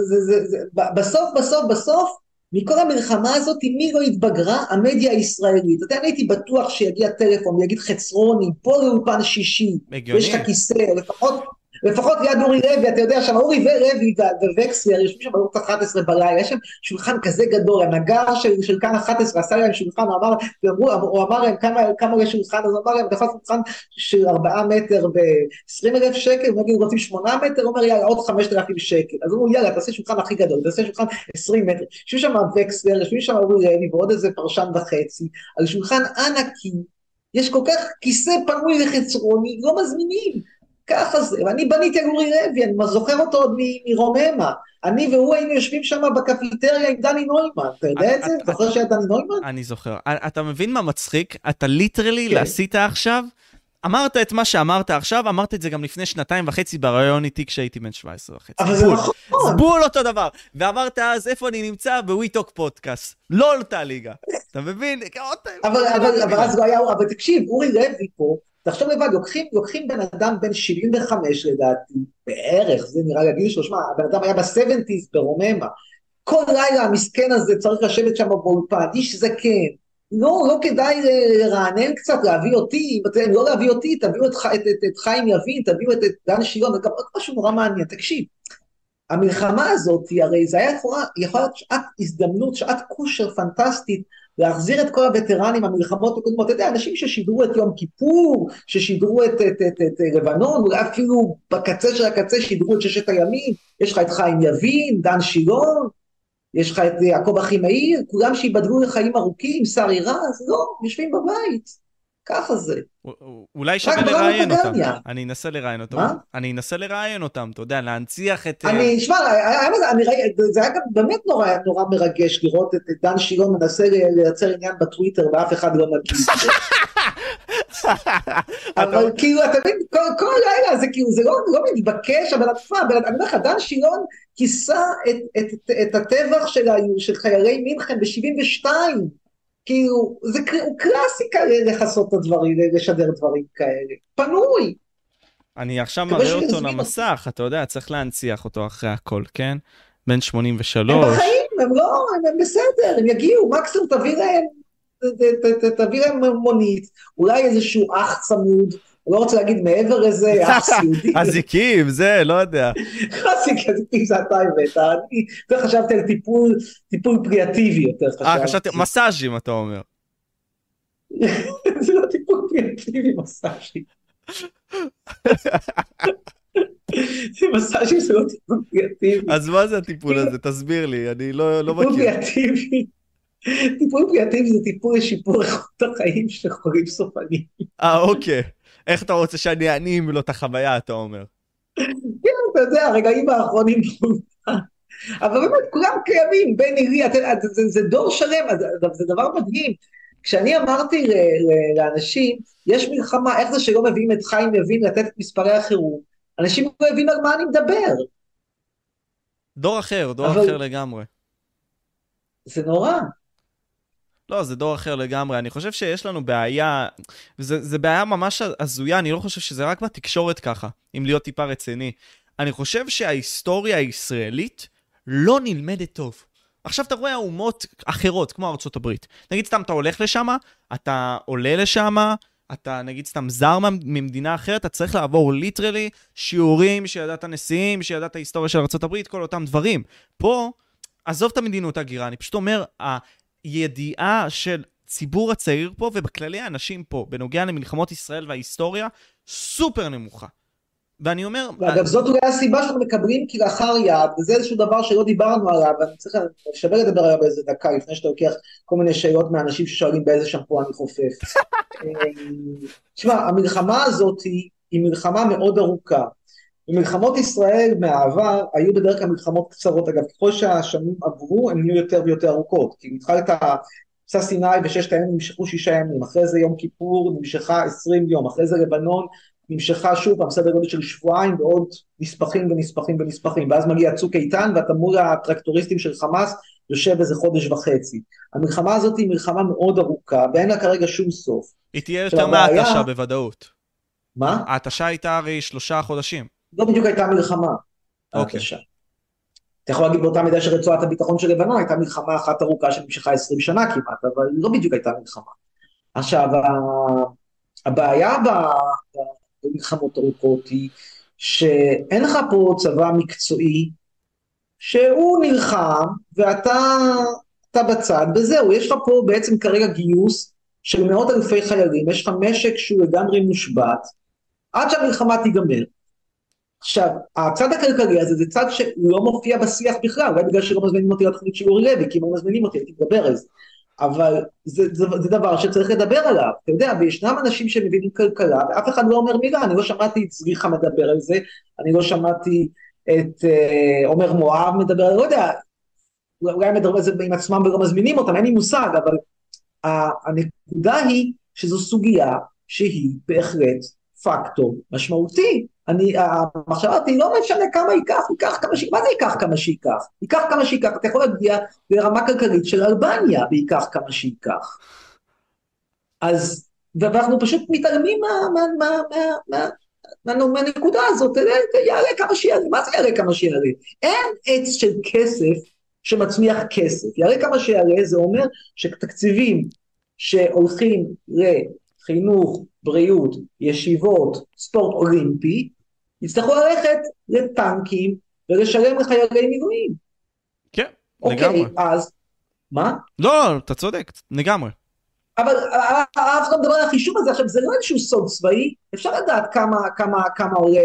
B: בסוף, מכל המלחמה הזאת, מי לא התבגרה? המדיה הישראלית. אתה יודע, אני הייתי בטוח שיגיע טלפון, ויגיד חצרוני, פה לאולפן שישי, יש לך כיסא, לפחות ליד אורי לוי, אתה יודע שם, אורי לוי ווקסלר, יושבים שם בערוץ 11 בלילה, יש שם שולחן כזה גדול, הנגר של כאן 11, עשה להם שולחן, הוא אמר להם כמה עולה שולחן, אז הוא אמר להם, דפק שולחן של 4 מטר ב-20,000 שקל, הוא נגיד רוצים 8 מטר, הוא אומר יאללה עוד 5,000 שקל, אז הוא אומר יאללה, תעשה שולחן הכי גדול, תעשה שולחן 20 מטר, יושבים שם ווקסלר, יושבים שם אורי לוי, ועוד איזה פרשן וחצי, על שולחן ענקי, יש כל כך כיסא פנוי לחצרוני, לא מזמינים, ככה זה, ואני בניתי על אורי לוי, אני זוכר אותו עוד מרוממה, אני והוא היינו יושבים שם בקפיטריה עם דני נוימן, אתה יודע את זה? זוכר שהיה דני נוימן?
A: אני זוכר. אתה מבין מה מצחיק? אתה ליטרלי עשית עכשיו, אמרת את מה שאמרת עכשיו, אמרת את זה גם לפני 2.5 בראיון איתי כשהייתי בן 17.5.
B: אבל זה נכון.
A: בול אותו דבר. ואמרת אז איפה אני נמצא? בוויטוק פודקאסט. לא אותה ליגה. אתה מבין?
B: אבל אז לא היה, אבל תקשיב, אורי לוי פה, תחשוב לבד, לוקחים בן אדם בן 75 לדעתי, בערך, זה נראה להגיד שלו, שמה, הבן אדם היה ב-70s ברוממה, כל לילה המסכן הזה צריך לשבת שם באולפן, איש זקן, לא כדאי לרענן קצת, להביא אותי, לא להביא אותי, תביאו את חיים יבין, תביאו את דן שילון, גם עוד משהו נורא מעניין, תקשיב, המלחמה הזאת, הרי זה היה יכולה להיות שעת הזדמנות, שעת כושר פנטסטית, להחזיר את כל הווטרנים, המלחמות הקודמות, אתה יודע, אנשים ששידרו את יום כיפור, ששידרו את לבנון, אולי אפילו בקצה של הקצה שידרו את ששת הימים, יש לך את חיים יבין, דן שילון, יש לך את יעקב אחימאיר, כולם שיבדלו לחיים ארוכים, שרי רז, לא, יושבים בבית, ככה זה.
A: אולי שווה לראיין אותם, אני אנסה לראיין אותם. אני אנסה לראיין אותם, אתה יודע, להנציח את...
B: שמע, זה היה גם באמת נורא מרגש לראות את דן שילון מנסה לייצר עניין בטוויטר ואף אחד לא מגיע. אבל כאילו, אתה מבין, כל לילה זה כאילו, זה לא מתבקש, אבל אני אומר לך, דן שילון כיסה את הטבח של חיילי מינכן ב-72, כאילו, הוא קלאסיקה לחסות את הדברים, לשדר דברים כאלה, פנוי.
A: אני עכשיו מראה אותו למסך, אתה יודע, צריך להנציח אותו אחרי הכל, כן? בן 83.
B: הם בחיים, הם בסדר, הם יגיעו, מקסימום תביא להם מונית, אולי איזשהו אח צמוד, אני לא רוצה להגיד מעבר לזה, אח סיעודי.
A: הזיקים, זה, לא יודע.
B: הזיקים זה אתה הבאת, אני יותר חשבתי על טיפול פריאטיבי יותר חשבתי.
A: חשבתי, מסאז'ים אתה אומר.
B: זה לא טיפול פריאטיבי, מסאז'ים. מסאז'ים זה לא טיפול פריאטיבי.
A: אז מה זה הטיפול הזה? תסביר לי, אני לא מכיר.
B: טיפול פריאטיבי. טיפול פריאטיבי זה טיפול לשיפור איכות החיים של חולים סופניים.
A: אוקיי. איך אתה רוצה שאני אענים לו את החוויה, אתה אומר?
B: כן, אתה יודע, הרגעים האחרונים, אבל באמת כולם קיימים, בן עירי, זה דור שלם, זה דבר מדהים. כשאני אמרתי לאנשים, יש מלחמה, איך זה שלא מביאים את חיים יבין לתת את מספרי החירום, אנשים לא הבינו על מה אני מדבר.
A: דור אחר לגמרי.
B: זה נורא.
A: לא, זה דור אחר לגמרי. אני חושב שיש לנו בעיה, זה בעיה ממש הזויה, אני לא חושב שזה רק בתקשורת ככה, אם להיות טיפה רציני. אני חושב שההיסטוריה הישראלית לא נלמדת טוב. עכשיו אתה רואה אומות אחרות, כמו ארצות הברית. נגיד סתם אתה הולך לשם, אתה עולה לשם, אתה נגיד סתם זר ממדינה אחרת, אתה צריך לעבור ליטרלי שיעורים שידעת נשיאים, שידעת ההיסטוריה של ארצות הברית, כל אותם דברים. פה, עזוב את המדינות הגירה, אני פשוט אומר, הידיעה של ציבור הצעיר פה, ובכללי האנשים פה, בנוגע למלחמות ישראל וההיסטוריה, סופר נמוכה. ואני אומר...
B: ואגב, זאת אולי הסיבה שאנחנו מקבלים כלאחר יד, וזה איזשהו דבר שלא דיברנו עליו, ואני צריך שווה לדבר עליו באיזה דקה, לפני שאתה לוקח כל מיני שאלות מאנשים ששואלים באיזה שמפו אני חופף. תשמע, המלחמה הזאת היא מלחמה מאוד ארוכה. ומלחמות ישראל מהעבר היו בדרך כלל מלחמות קצרות, אגב, ככל שהשנים עברו, הן נהיו יותר ויותר ארוכות, כי התחלת מבצע סיני וששת הימים נמשכו 6 ימים, אחרי זה יום כיפור נמשכה 20 יום, אחרי זה לבנון נמשכה שוב, בסדר גודל של שבועיים, ועוד נספחים ונספחים ונספחים, ואז מגיע צוק איתן, ואתה מול הטרקטוריסטים של חמאס, יושב איזה חודש וחצי. המלחמה הזאת היא מלחמה מאוד ארוכה, ואין לה כרגע שום סוף.
A: היא תהיה יותר מהתשה בוודאות.
B: מה?
A: ההתשה הייתה הרי 3 חודשים.
B: לא בדיוק הייתה מלחמה.
A: אוקיי.
B: אתה יכול להגיד באותה מידה שרצועת הביטחון של לבנון הייתה מלחמה אחת ארוכה שנמשכה 20 שנה כמעט, אבל לא בדיוק הייתה מלחמה. עכשיו, הבעיה במלחמות ארוכות היא שאין לך פה צבא מקצועי שהוא נלחם ואתה בצד, וזהו, יש לך פה בעצם כרגע גיוס של מאות אלפי חיילים, יש לך משק שהוא לגמרי מושבת, עד שהמלחמה תיגמר. עכשיו, הצד הכלכלי הזה זה צד שלא מופיע בשיח בכלל, אולי בגלל שלא מזמינים אותי לתוכנית של אורי לוי, כי אם לא מזמינים אותי, הייתי מדבר על זה. אבל זה דבר שצריך לדבר עליו, אתה יודע, וישנם אנשים שמבינים כלכלה, ואף אחד לא אומר מילה, אני לא שמעתי את צביחה מדבר על זה, אני לא שמעתי את עומר מואב מדבר, אני לא יודע, אולי הם מדברים על זה עם עצמם ולא מזמינים אותם, אין לי מושג, אבל הנקודה היא שזו סוגיה שהיא בהחלט פקטור משמעותי. המחשבה אותי לא משנה כמה ייקח כמה שייקח, מה זה ייקח כמה שייקח? ייקח כמה שייקח, אתה יכול להגיע לרמה כלכלית של אלבניה, וייקח כמה שייקח. אז, ואנחנו פשוט מתעלמים מהנקודה הזאת, יעלה כמה שיעלה, מה זה יעלה כמה שיעלה? אין עץ של כסף שמצמיח כסף, יעלה כמה שיעלה, זה אומר שתקציבים שהולכים לחינוך, בריאות, ישיבות, ספורט אולימפי, יצטרכו ללכת לטנקים ולשלם לחיילי מילואים.
A: כן, לגמרי.
B: אוקיי, אז, מה?
A: לא, אתה צודק, לגמרי.
B: אבל אף אחד מדבר על החישוב הזה, עכשיו זה לא איזשהו סוד צבאי, אפשר לדעת כמה עולה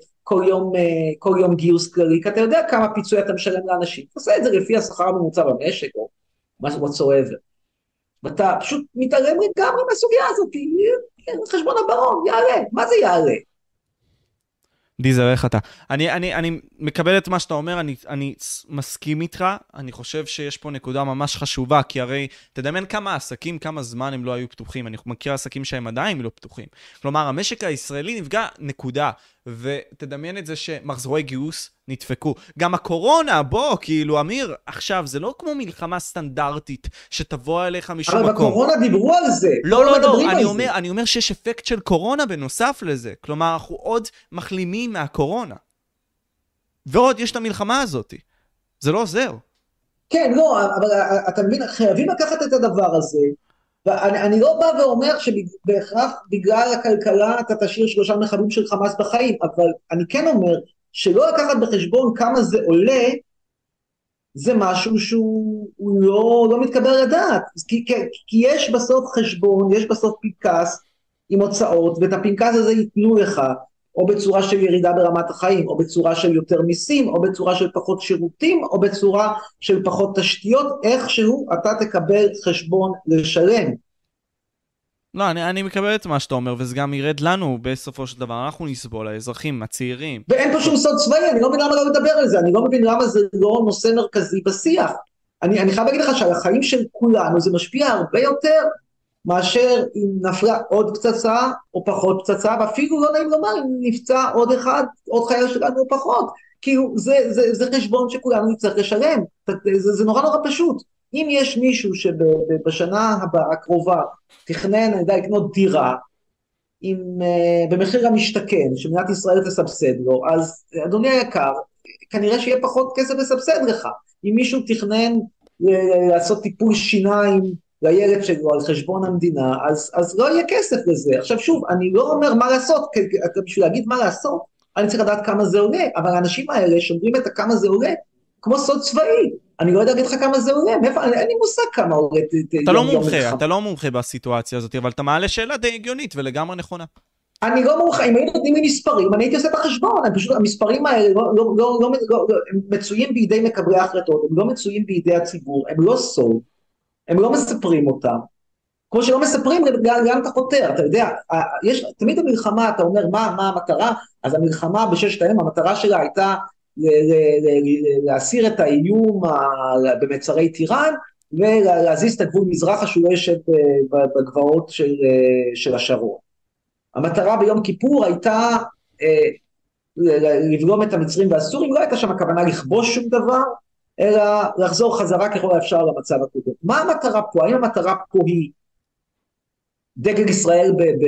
B: כל יום גיוס כללי, כי אתה יודע כמה פיצוי אתה משלם לאנשים, אתה עושה את זה לפי השכר הממוצע במשק, או משהו whatsoever. ואתה פשוט מתעלם לגמרי מהסוגיה הזאת, חשבון הברון, יעלה, מה זה יעלה?
A: דיזר, איך אתה? אני מקבל את מה שאתה אומר, אני מסכים איתך, אני חושב שיש פה נקודה ממש חשובה, כי הרי תדמיין כמה עסקים, כמה זמן הם לא היו פתוחים, אני מכיר עסקים שהם עדיין לא פתוחים. כלומר, המשק הישראלי נפגע נקודה, ותדמיין את זה שמחזורי גיוס נדפקו. גם הקורונה, בוא, כאילו, אמיר, עכשיו, זה לא כמו מלחמה סטנדרטית שתבוא אליך משום מקום.
B: אבל בקורונה דיברו על זה.
A: לא, אני אומר שיש אפקט של קורונה בנוסף לזה. כלומר, אנחנו עוד מחלימים מהקורונה. ועוד יש את המלחמה הזאת. זה לא עוזר.
B: כן, לא, אבל אתה מבין, חייבים לקחת את הדבר הזה, ואני לא בא ואומר שבהכרח בגלל הכלכלה אתה תשאיר 3 מחבלים של חמאס בחיים, אבל אני כן אומר שלא לקחת בחשבון כמה זה עולה, זה משהו שהוא לא מתקבל לדעת, כי יש בסוף חשבון, יש בסוף פנקס עם הוצאות, ואת הפנקס הזה ייתנו לך, או בצורה של ירידה ברמת החיים, או בצורה של יותר מיסים, או בצורה של פחות שירותים, או בצורה של פחות תשתיות, איכשהו אתה תקבל חשבון לשלם.
A: לא, אני מקבל את מה שאתה אומר, וזה גם ירד לנו בסופו של דבר, אנחנו נסבול, האזרחים, הצעירים.
B: ואין פה שום סוד צבאי, אני לא מבין למה לא לדבר על זה, אני לא מבין למה זה לא נושא מרכזי בשיח. אני חייב להגיד לך שעל החיים של כולנו זה משפיע הרבה יותר, מאשר אם נפלה עוד פצצה או פחות פצצה, ואפילו לא נעים לומר אם נפצע עוד אחד, עוד חייל שלנו או פחות, כאילו זה חשבון שכולנו נצטרך לשלם, זה נורא נורא פשוט. אם יש מישהו שבשנה הבאה הקרובה תכנן, אני יודע, לקנות דירה, במחיר המשתכן, שמדינת ישראל תסבסד לו, אז אדוני היקר, כנראה שיהיה פחות כסף לסבסד לך. אם מישהו תכנן לעשות טיפול שיניים, לילד שלו על חשבון המדינה, אז לא יהיה כסף לזה. עכשיו שוב, אני לא אומר מה לעשות, בשביל להגיד מה לעשות, אני צריך לדעת כמה זה עולה, אבל האנשים האלה שאומרים את כמה זה עולה, כמו סוד צבאי, אני לא יודע להגיד לך כמה זה עולה, אין לי מושג כמה עולה.
A: אתה לא מומחה בסיטואציה הזאת, אבל אתה מעלה שאלה די הגיונית ולגמרי נכונה.
B: אני לא מומחה, אם היינו נותנים לי מספרים, אני הייתי עושה את החשבון, פשוט המספרים האלה הם מצויים בידי מקבלי ההחלטות, הם לא מצויים בידי הציבור, הם לא סוד, הם לא מספרים אותם, כמו שלא מספרים גם את החותר, אתה יודע, יש תמיד המלחמה, אתה אומר מה המטרה, אז המלחמה בששת הימים, המטרה שלה הייתה להסיר את האיום במצרי טיראן, ולהזיז את הגבול מזרחה שהוא לא ישב בגבעות של השרון. המטרה ביום כיפור הייתה לבלום את המצרים והסורים, לא הייתה שם הכוונה לכבוש שום דבר, אלא לחזור חזרה ככל האפשר למצב הקודם. מה המטרה פה? האם המטרה פה היא דגל ישראל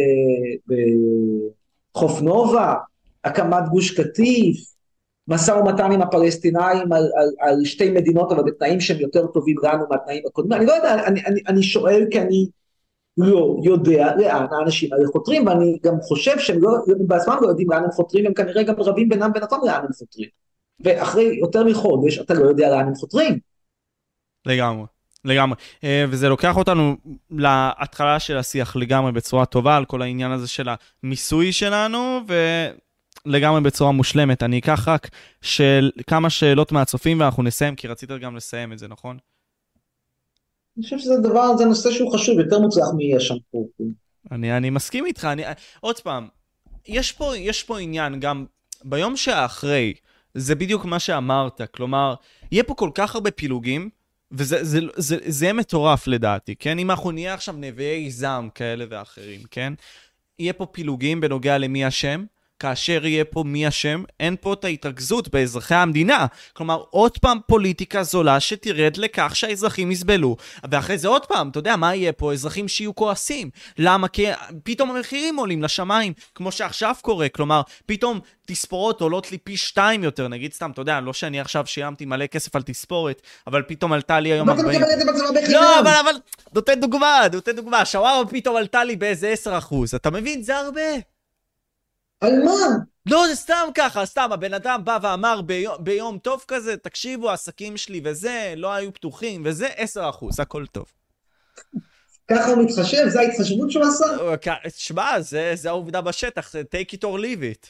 B: בחוף נובה, הקמת גוש קטיף, משא ומתן עם הפלסטינאים על 2 מדינות, אבל בתנאים שהם יותר טובים לנו מהתנאים הקודמים? אני לא יודע, אני שואל כי אני לא יודע לאן האנשים האלה חותרים, ואני גם חושב שהם בעצמם לא יודעים לאן הם חותרים, הם כנראה גם רבים בינם בין עצמם לאן הם חותרים. ואחרי יותר מחודש אתה לא יודע לאן הם חותרים.
A: לגמרי. וזה לוקח אותנו להתחלה של השיח לגמרי בצורה טובה, על כל העניין הזה של המיסוי שלנו, ולגמרי בצורה מושלמת. אני אקח רק כמה שאלות מהצופים ואנחנו נסיים, כי רצית גם לסיים את זה, נכון?
B: אני חושב שזה דבר, זה נושא שהוא חשוב, יותר מוצלח מי יש שם פה.
A: אני מסכים איתך, עוד פעם, יש פה עניין גם ביום שאחרי, זה בדיוק מה שאמרת, כלומר, יהיה פה כל כך הרבה פילוגים, וזה יהיה מטורף לדעתי, כן? אם אנחנו נהיה עכשיו נביאי זעם כאלה ואחרים, כן? יהיה פה פילוגים בנוגע למי השם, כאשר יהיה פה מי השם, אין פה את ההתרכזות באזרחי המדינה. כלומר, עוד פעם פוליטיקה זולה שתרד לכך שהאזרחים יסבלו. ואחרי זה עוד פעם, אתה יודע מה יהיה פה? אזרחים שיהיו כועסים. למה? כי פתאום המחירים עולים לשמיים, כמו שעכשיו קורה. כלומר, פתאום תספורות עולות לי פי 2 יותר. נגיד סתם, אתה יודע, לא שאני עכשיו שילמתי מלא כסף על תספורת, אבל פתאום עלתה לי היום 40. לא, אבל נותן דוגמה. שווארמה פתאום עלתה לי באיזה 10%. אתה מבין? זה הרבה.
B: על מה?
A: לא, זה סתם ככה, סתם, הבן אדם בא ואמר ביום טוב כזה, תקשיבו, העסקים שלי וזה, לא היו פתוחים, וזה 10%, הכל טוב.
B: ככה הוא מתחשב? זה ההתחשבות שהוא עשה?
A: תשמע, זה העובדה בשטח, take it or leave it.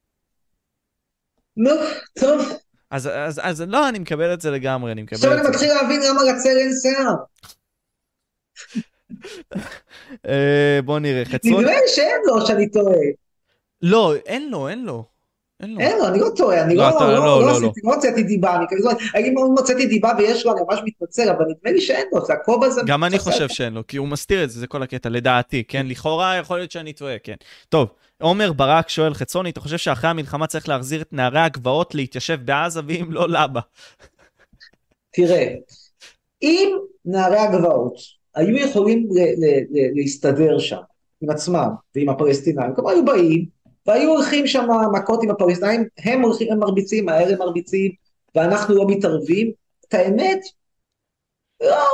B: לא, טוב.
A: אז לא, אני מקבל את זה לגמרי, אני מקבל את
B: עכשיו
A: זה.
B: אני מתחיל להבין למה לצל אין שיער.
A: בוא נראה, חצרון.
B: נדמה לי שאין לו שאני טועה.
A: לא, אין לו.
B: אין לו, אני לא טועה, אני לא הוצאתי דיבה, אם הוצאתי דיבה ויש לו, אני ממש מתנצל, אבל נדמה לי שאין לו, זה הקוב הזה.
A: גם אני חושב שאין לו, כי הוא מסתיר את זה, זה כל הקטע, לדעתי, כן? לכאורה יכול להיות שאני טועה, כן. טוב, עומר ברק שואל, חצרוני, אתה חושב שאחרי המלחמה צריך להחזיר את נערי הגבעות להתיישב בעזה, ואם לא, למה?
B: תראה, אם נערי הגבעות היו יכולים להסתדר שם, עם עצמם ועם הפלסטינאים, כמו היו באים, והיו הולכים שם מכות עם הפלסטינאים, הם מרביצים, הערב מרביצים, ואנחנו לא מתערבים, את האמת, לא,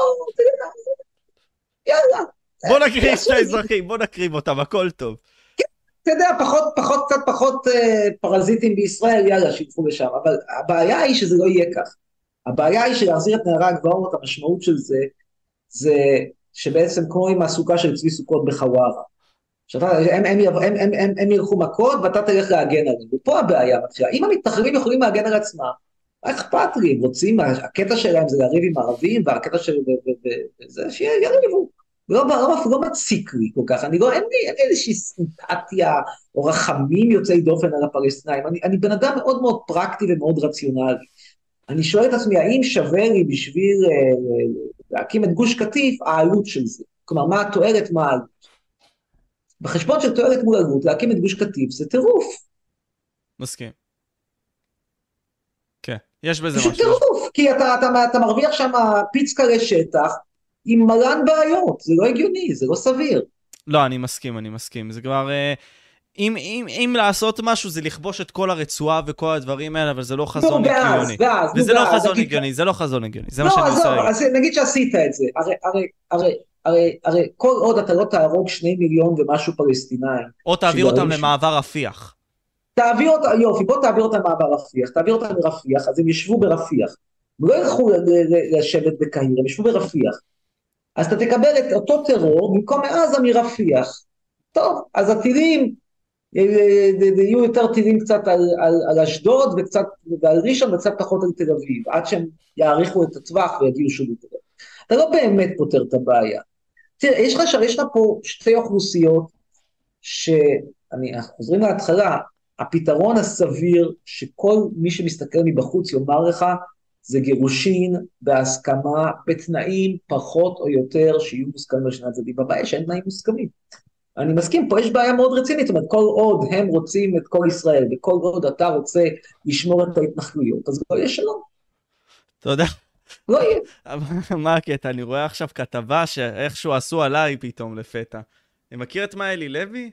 B: יאללה.
A: בוא נקריב את האזרחים, בוא נקריב אותם, הכל טוב.
B: אתה יודע, קצת פחות פרזיטים בישראל, יאללה, שילכו לשם, אבל הבעיה היא שזה לא יהיה כך. הבעיה היא שלהחזיר את נערי הגבעות, המשמעות של זה שבעצם כמו עם הסוכה של צבי סוכות בחווארה. הם ילכו מכות ואתה תלך להגן עליהם, ופה הבעיה מתחילה. אם המתנחלים יכולים להגן על עצמם, מה אכפת לי? הם רוצים, הקטע שלהם זה להריב עם ערבים, והקטע של זה, שיריבו. לא מציק לי כל כך, אין לי איזושהי סימפתיה או רחמים יוצאי דופן על הפלסטינאים, אני בן אדם מאוד מאוד פרקטי ומאוד רציונלי. אני שואל את עצמי, האם שווה לי בשביל להקים את גוש קטיף, העלות של זה? כלומר, מה התועלת, מה העלות? בחשבון של תועלת מול עלות, להקים את גוש קטיף, זה טירוף.
A: מסכים. כן, יש בזה משהו.
B: זה טירוף, כי אתה מרוויח שם פיצקה לשטח, עם מלן בעיות, זה לא הגיוני, זה לא סביר.
A: לא, אני מסכים. זה כבר, אם לעשות משהו, זה לכבוש את כל הרצועה וכל הדברים האלה, אבל זה לא חזון הגיוני. וזה לא חזון הגיוני, זה לא חזון הגיוני, זה מה שאני עושה.
B: לא, אז נגיד שעשית את זה, הרי כל עוד אתה לא תהרוג 2 מיליון ומשהו פלסטינאים.
A: או תעביר אותם למעבר רפיח.
B: יופי, בוא תעביר אותם למעבר רפיח, תעביר אותם לרפיח, אז הם ישבו ברפיח. הם לא ילכו לשבת בקהיר, הם ישבו ברפיח. אז אתה תקבל את אותו טרור במקום מעזה מרפיח. טוב, אז הטילים, יהיו יותר טילים קצת על אשדוד ועל ראשון וקצת פחות על תל אביב, עד שהם יעריכו את הטווח ויגיעו שוב לתל אביב. אתה לא באמת פותר את הבעיה. תראה, יש לך פה שתי אוכלוסיות, אנחנו חוזרים להתחלה, הפתרון הסביר שכל מי שמסתכל מבחוץ יאמר לך, זה גירושין בהסכמה, בתנאים פחות או יותר שיהיו מוסכמים לשני הצדדים. בבעיה שאין תנאים מוסכמים. אני מסכים, פה יש בעיה מאוד רצינית, זאת אומרת, כל עוד הם רוצים את כל ישראל, וכל עוד אתה רוצה לשמור את ההתנחלויות, אז לא יהיה שלום.
A: תודה.
B: לא יהיה.
A: מה הקטע? אני רואה עכשיו כתבה שאיכשהו עשו עליי פתאום לפתע. אני מכיר את מאלי לוי?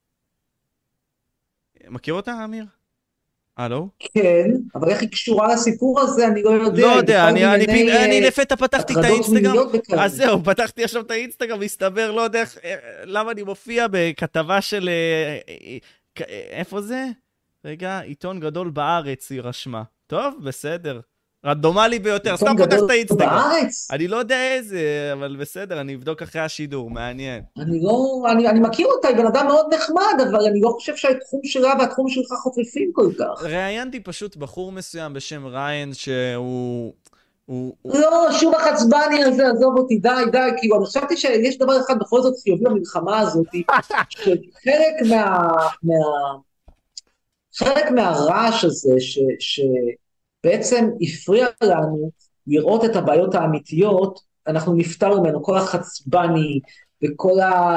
A: מכיר אותה, אמיר? הלו?
B: כן, אבל איך היא קשורה לסיפור הזה, אני לא יודע.
A: לא יודע, אני לפתע פתחתי את האינסטגרם. אז זהו, פתחתי עכשיו את האינסטגרם, והסתבר, לא יודע למה אני מופיע בכתבה של... איפה זה? רגע, עיתון גדול בארץ היא רשמה. טוב, בסדר. רנדומלי ביותר, סתם פותח את האינסטגרם. בארץ? אני לא יודע איזה, אבל בסדר, אני אבדוק אחרי השידור, מעניין.
B: אני מכיר אותה, היא בן אדם מאוד נחמד, אבל אני לא חושב שהתחום שלה והתחום שלך חופפים כל כך.
A: ראיינתי פשוט בחור מסוים בשם ריין, שהוא
B: לא, שוב החצבני הזה, עזוב אותי, די, כאילו, אני חשבתי שיש דבר אחד בכל זאת חיובי במלחמה הזאת, שחלק חלק מהרעש הזה, שבעצם הפריע לנו לראות את הבעיות האמיתיות, אנחנו נפטר ממנו, כל החצבני, וכל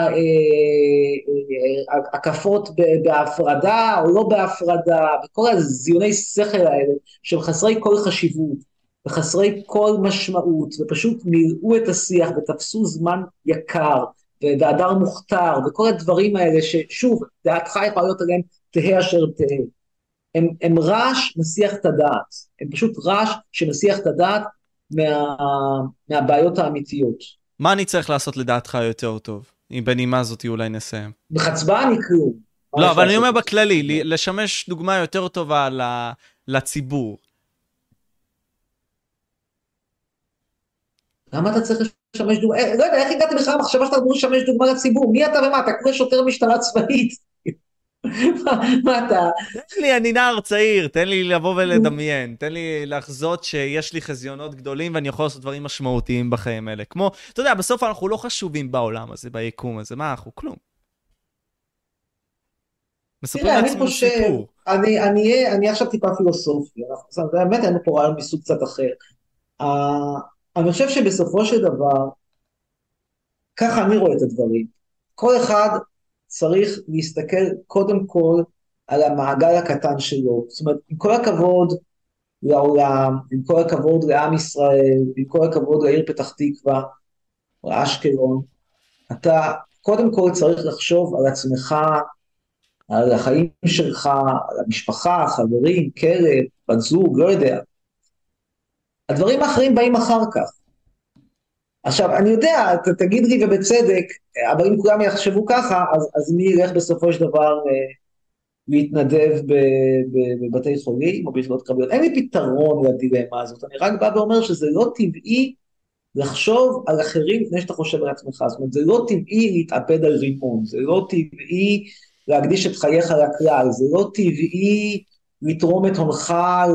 B: ההקפות בהפרדה או לא בהפרדה, וכל הזיוני שכל האלה, שהם חסרי כל חשיבות, וחסרי כל משמעות, ופשוט מילאו את השיח, ותפסו זמן יקר, והדר מוכתר, וכל הדברים האלה, ששוב, דעתך יכולה להיות עליהם, תהה אשר תהה. הם רעש מסיח את הדעת, הם פשוט רעש שמסיח את הדעת מהבעיות האמיתיות.
A: מה אני צריך לעשות לדעתך יותר טוב? אם בנימה הזאת אולי נסיים.
B: בחצבני כלום.
A: לא, אבל אני אומר בכללי, לשמש דוגמה יותר טובה לציבור.
B: למה אתה צריך לשמש דוגמה? לא יודע, איך הגעתי בכלל המחשבה שאתה אמור לשמש דוגמה לציבור? מי אתה ומה? אתה קורא שוטר משטרה צבאית. מה אתה?
A: תן לי, אני נער צעיר, תן לי לבוא ולדמיין, תן לי לחזות שיש לי חזיונות גדולים ואני יכול לעשות דברים משמעותיים בחיים האלה. כמו, אתה יודע, בסוף אנחנו לא חשובים בעולם הזה, ביקום הזה, מה אנחנו? כלום. מספרים לעצמנו סיפור.
B: אני עכשיו טיפה פילוסופי, באמת היינו פה רעיון מסוג קצת אחר. אני חושב שבסופו של דבר, ככה אני רואה את הדברים, כל אחד צריך להסתכל קודם כל על המעגל הקטן שלו, זאת אומרת, עם כל הכבוד לעולם, עם כל הכבוד לעם ישראל, עם כל הכבוד לעיר פתח תקווה, לאשקלון, אתה קודם כל צריך לחשוב על עצמך, על החיים שלך, על המשפחה, חברים, כלב, בת זוג, לא יודע. הדברים האחרים באים אחר כך. עכשיו, אני יודע, תגיד לי ובצדק, אבל אם כולם יחשבו ככה, אז מי ילך בסופו של דבר להתנדב בבתי חולים או ביחידות קרביות? אין לי פתרון לדילמה הזאת, אני רק בא ואומר שזה לא טבעי לחשוב על אחרים לפני שאתה חושב על עצמך, זאת אומרת, זה לא טבעי להתאבד על רימון, זה לא טבעי להקדיש את חייך לכלל, זה לא טבעי לתרום את הונך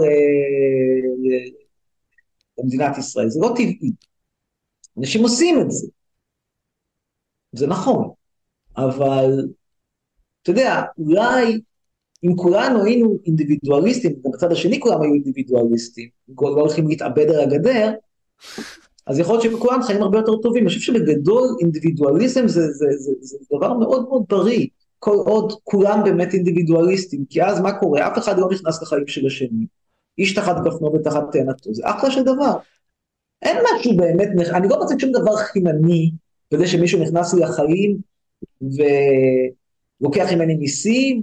B: למדינת ישראל, זה לא טבעי. אנשים עושים את זה. זה נכון. אבל, אתה יודע, אולי אם כולנו היינו אינדיבידואליסטים, גם בצד השני כולם היו אינדיבידואליסטים, לא הולכים להתאבד על הגדר, אז יכול להיות שכולם חיים הרבה יותר טובים. אני חושב שבגדול אינדיבידואליזם זה דבר מאוד מאוד בריא, כל עוד כולם באמת אינדיבידואליסטים, כי אז מה קורה? אף אחד לא נכנס לחיים של השני. איש תחת גפנו ותחת תאנתו, זה אחלה של דבר. אין משהו באמת, אני לא רוצה שום דבר חינני, בזה שמישהו נכנס לי לחיים, ולוקח ממני מיסים,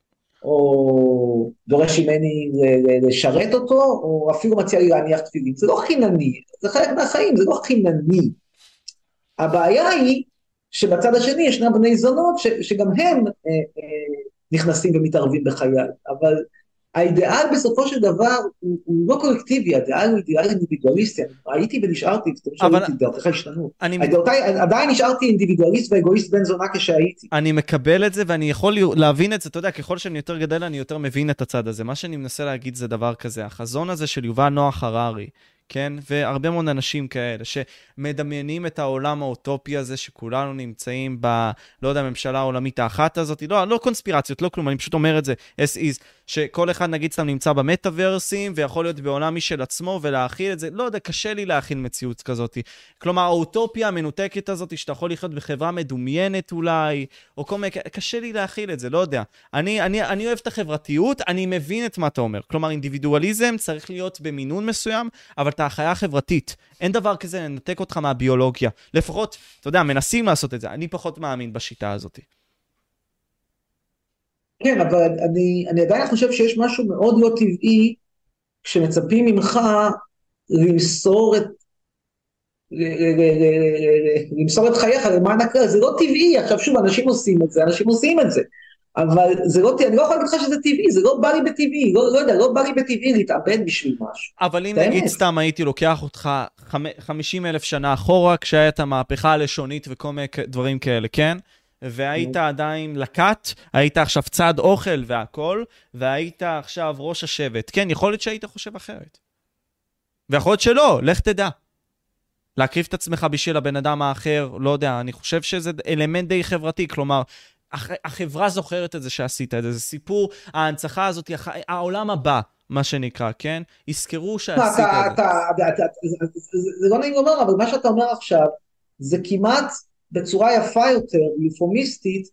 B: או דורש ממני לשרת אותו, או אפילו מציע לי להניח תפילין. זה לא חינני, זה חלק מהחיים, זה לא חינני. הבעיה היא, שבצד השני ישנם בני זונות, שגם הם נכנסים ומתערבים בחיי, אבל האידאל בסופו של דבר הוא לא קולקטיבי, האידאל הוא אידאל אינדיבידואליסטי, הייתי ונשארתי, דעתך השתנו, עדיין נשארתי אינדיבידואליסט ואגואיסט בן זונה כשהייתי.
A: אני מקבל את זה ואני יכול להבין את זה, אתה יודע, ככל שאני יותר גדל אני יותר מבין את הצד הזה, מה שאני מנסה להגיד זה דבר כזה, החזון הזה של יובל נוח הררי, כן? והרבה מאוד אנשים כאלה שמדמיינים את העולם האוטופי הזה שכולנו נמצאים לא יודע, הממשלה העולמית האחת הזאת, לא קונספירציות, לא כלום, אני פשוט אומר את זה, as is, שכל אחד נגיד סתם נמצא במטאברסים ויכול להיות בעולם משל עצמו ולהכיל את זה, לא יודע, קשה לי להכיל מציאות כזאת. כלומר, האוטופיה המנותקת הזאת שאתה יכול לחיות בחברה מדומיינת אולי, או כל מיני, קשה לי להכיל את זה, לא יודע. אני אוהב את החברתיות, אני מבין את מה אתה אומר. כלומר, אינדיבידואליזם צריך להיות במינון מסוים, אבל אתה החיה חברתית. אין דבר כזה לנתק אותך מהביולוגיה. לפחות, אתה יודע, מנסים לעשות את זה. אני פחות מאמין בשיטה הזאת.
B: כן, אבל אני עדיין חושב שיש משהו מאוד לא טבעי, כשמצפים ממך למסור את חייך למען הכלל, זה לא טבעי. עכשיו שוב, אנשים עושים את זה, אבל זה לא, אני לא יכול להגיד לך שזה טבעי, זה לא בא לי בטבעי, לא יודע, לא בא לי בטבעי להתאבד בשביל משהו.
A: אבל אם נגיד סתם הייתי לוקח אותך 50,000 שנה אחורה, כשהיה את המהפכה הלשונית וכל מיני דברים כאלה, כן? והיית עדיין לקט, היית עכשיו צד אוכל והכל, והיית עכשיו ראש השבט. כן, יכול להיות שהיית חושב אחרת. ויכול להיות שלא, לך תדע. להקריב את עצמך בשביל הבן אדם האחר, לא יודע, אני חושב שזה אלמנט די חברתי, כלומר, החברה זוכרת את זה שעשית את זה, זה סיפור, ההנצחה הזאת, העולם הבא, מה שנקרא, כן? יזכרו שעשית את זה.
B: זה לא נעים לומר, אבל מה שאתה אומר עכשיו, זה כמעט בצורה יפה יותר, יופומיסטית,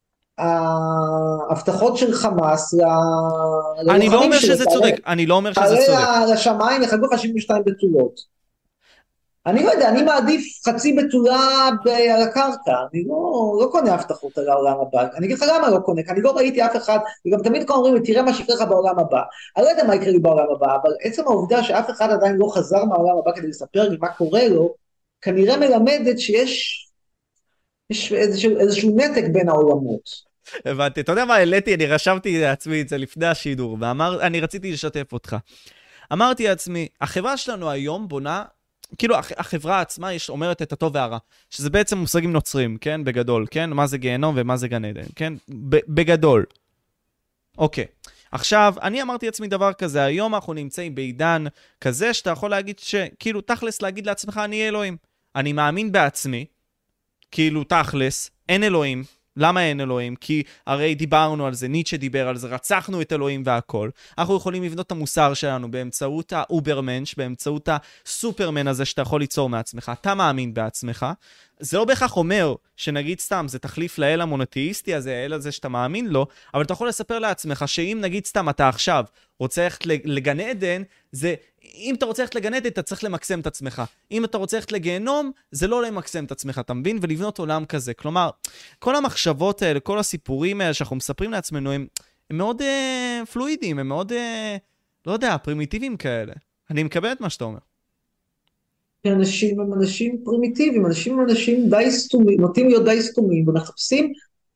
B: ההבטחות של חמאס
A: אני לא אומר שזה צודק, אני לא אומר שזה צודק.
B: תעלה לשמיים יחגו לך 72 בתולות. אני לא יודע, אני מעדיף חצי בתולה על הקרקע, אני לא קונה הבטחות על העולם הבא, אני אגיד לך למה לא קונה, כי אני לא ראיתי אף אחד, וגם תמיד כבר אומרים לי, תראה מה שיקרה לך בעולם הבא, אני לא יודע מה יקרה לי בעולם הבא, אבל עצם העובדה שאף אחד עדיין לא חזר מהעולם הבא כדי לספר לי מה קורה לו, כנראה מלמדת שיש איזשהו נתק בין העולמות.
A: הבנתי, אתה יודע מה העליתי, אני רשמתי לעצמי את זה לפני השידור, אני רציתי לשתף אותך. אמרתי לעצמי, החברה שלנו היום בונה, כאילו החברה עצמה אומרת את הטוב והרע, שזה בעצם מושגים נוצרים, כן? בגדול, כן? מה זה גיהנום ומה זה גן עדן, כן? בגדול. אוקיי. עכשיו, אני אמרתי לעצמי דבר כזה, היום אנחנו נמצאים בעידן כזה, שאתה יכול להגיד כאילו תכלס להגיד לעצמך, אני אלוהים. אני מאמין בעצמי, כאילו תכלס, אין אלוהים. למה אין אלוהים? כי הרי דיברנו על זה, ניטשה דיבר על זה, רצחנו את אלוהים והכל. אנחנו יכולים לבנות את המוסר שלנו באמצעות האוברמנש, באמצעות הסופרמן הזה שאתה יכול ליצור מעצמך. אתה מאמין בעצמך. זה לא בהכרח אומר שנגיד סתם, זה תחליף לאל המונותאיסטי הזה, האל הזה שאתה מאמין לו, אבל אתה יכול לספר לעצמך שאם נגיד סתם אתה עכשיו רוצה ללכת לגן עדן, זה, אם אתה רוצה ללכת לגן עדן, אתה צריך למקסם את עצמך. אם אתה רוצה ללכת לגיהנום, זה לא למקסם את עצמך, אתה מבין? ולבנות עולם כזה. כלומר, כל המחשבות האלה, כל הסיפורים האלה שאנחנו מספרים לעצמנו, הם מאוד פלואידיים, הם מאוד, לא יודע, פרימיטיביים כאלה. אני מקבל את מה שאתה אומר.
B: אנשים הם אנשים פרימיטיביים, אנשים הם אנשים די סתומים, נוטים להיות די סתומים, ומחפשים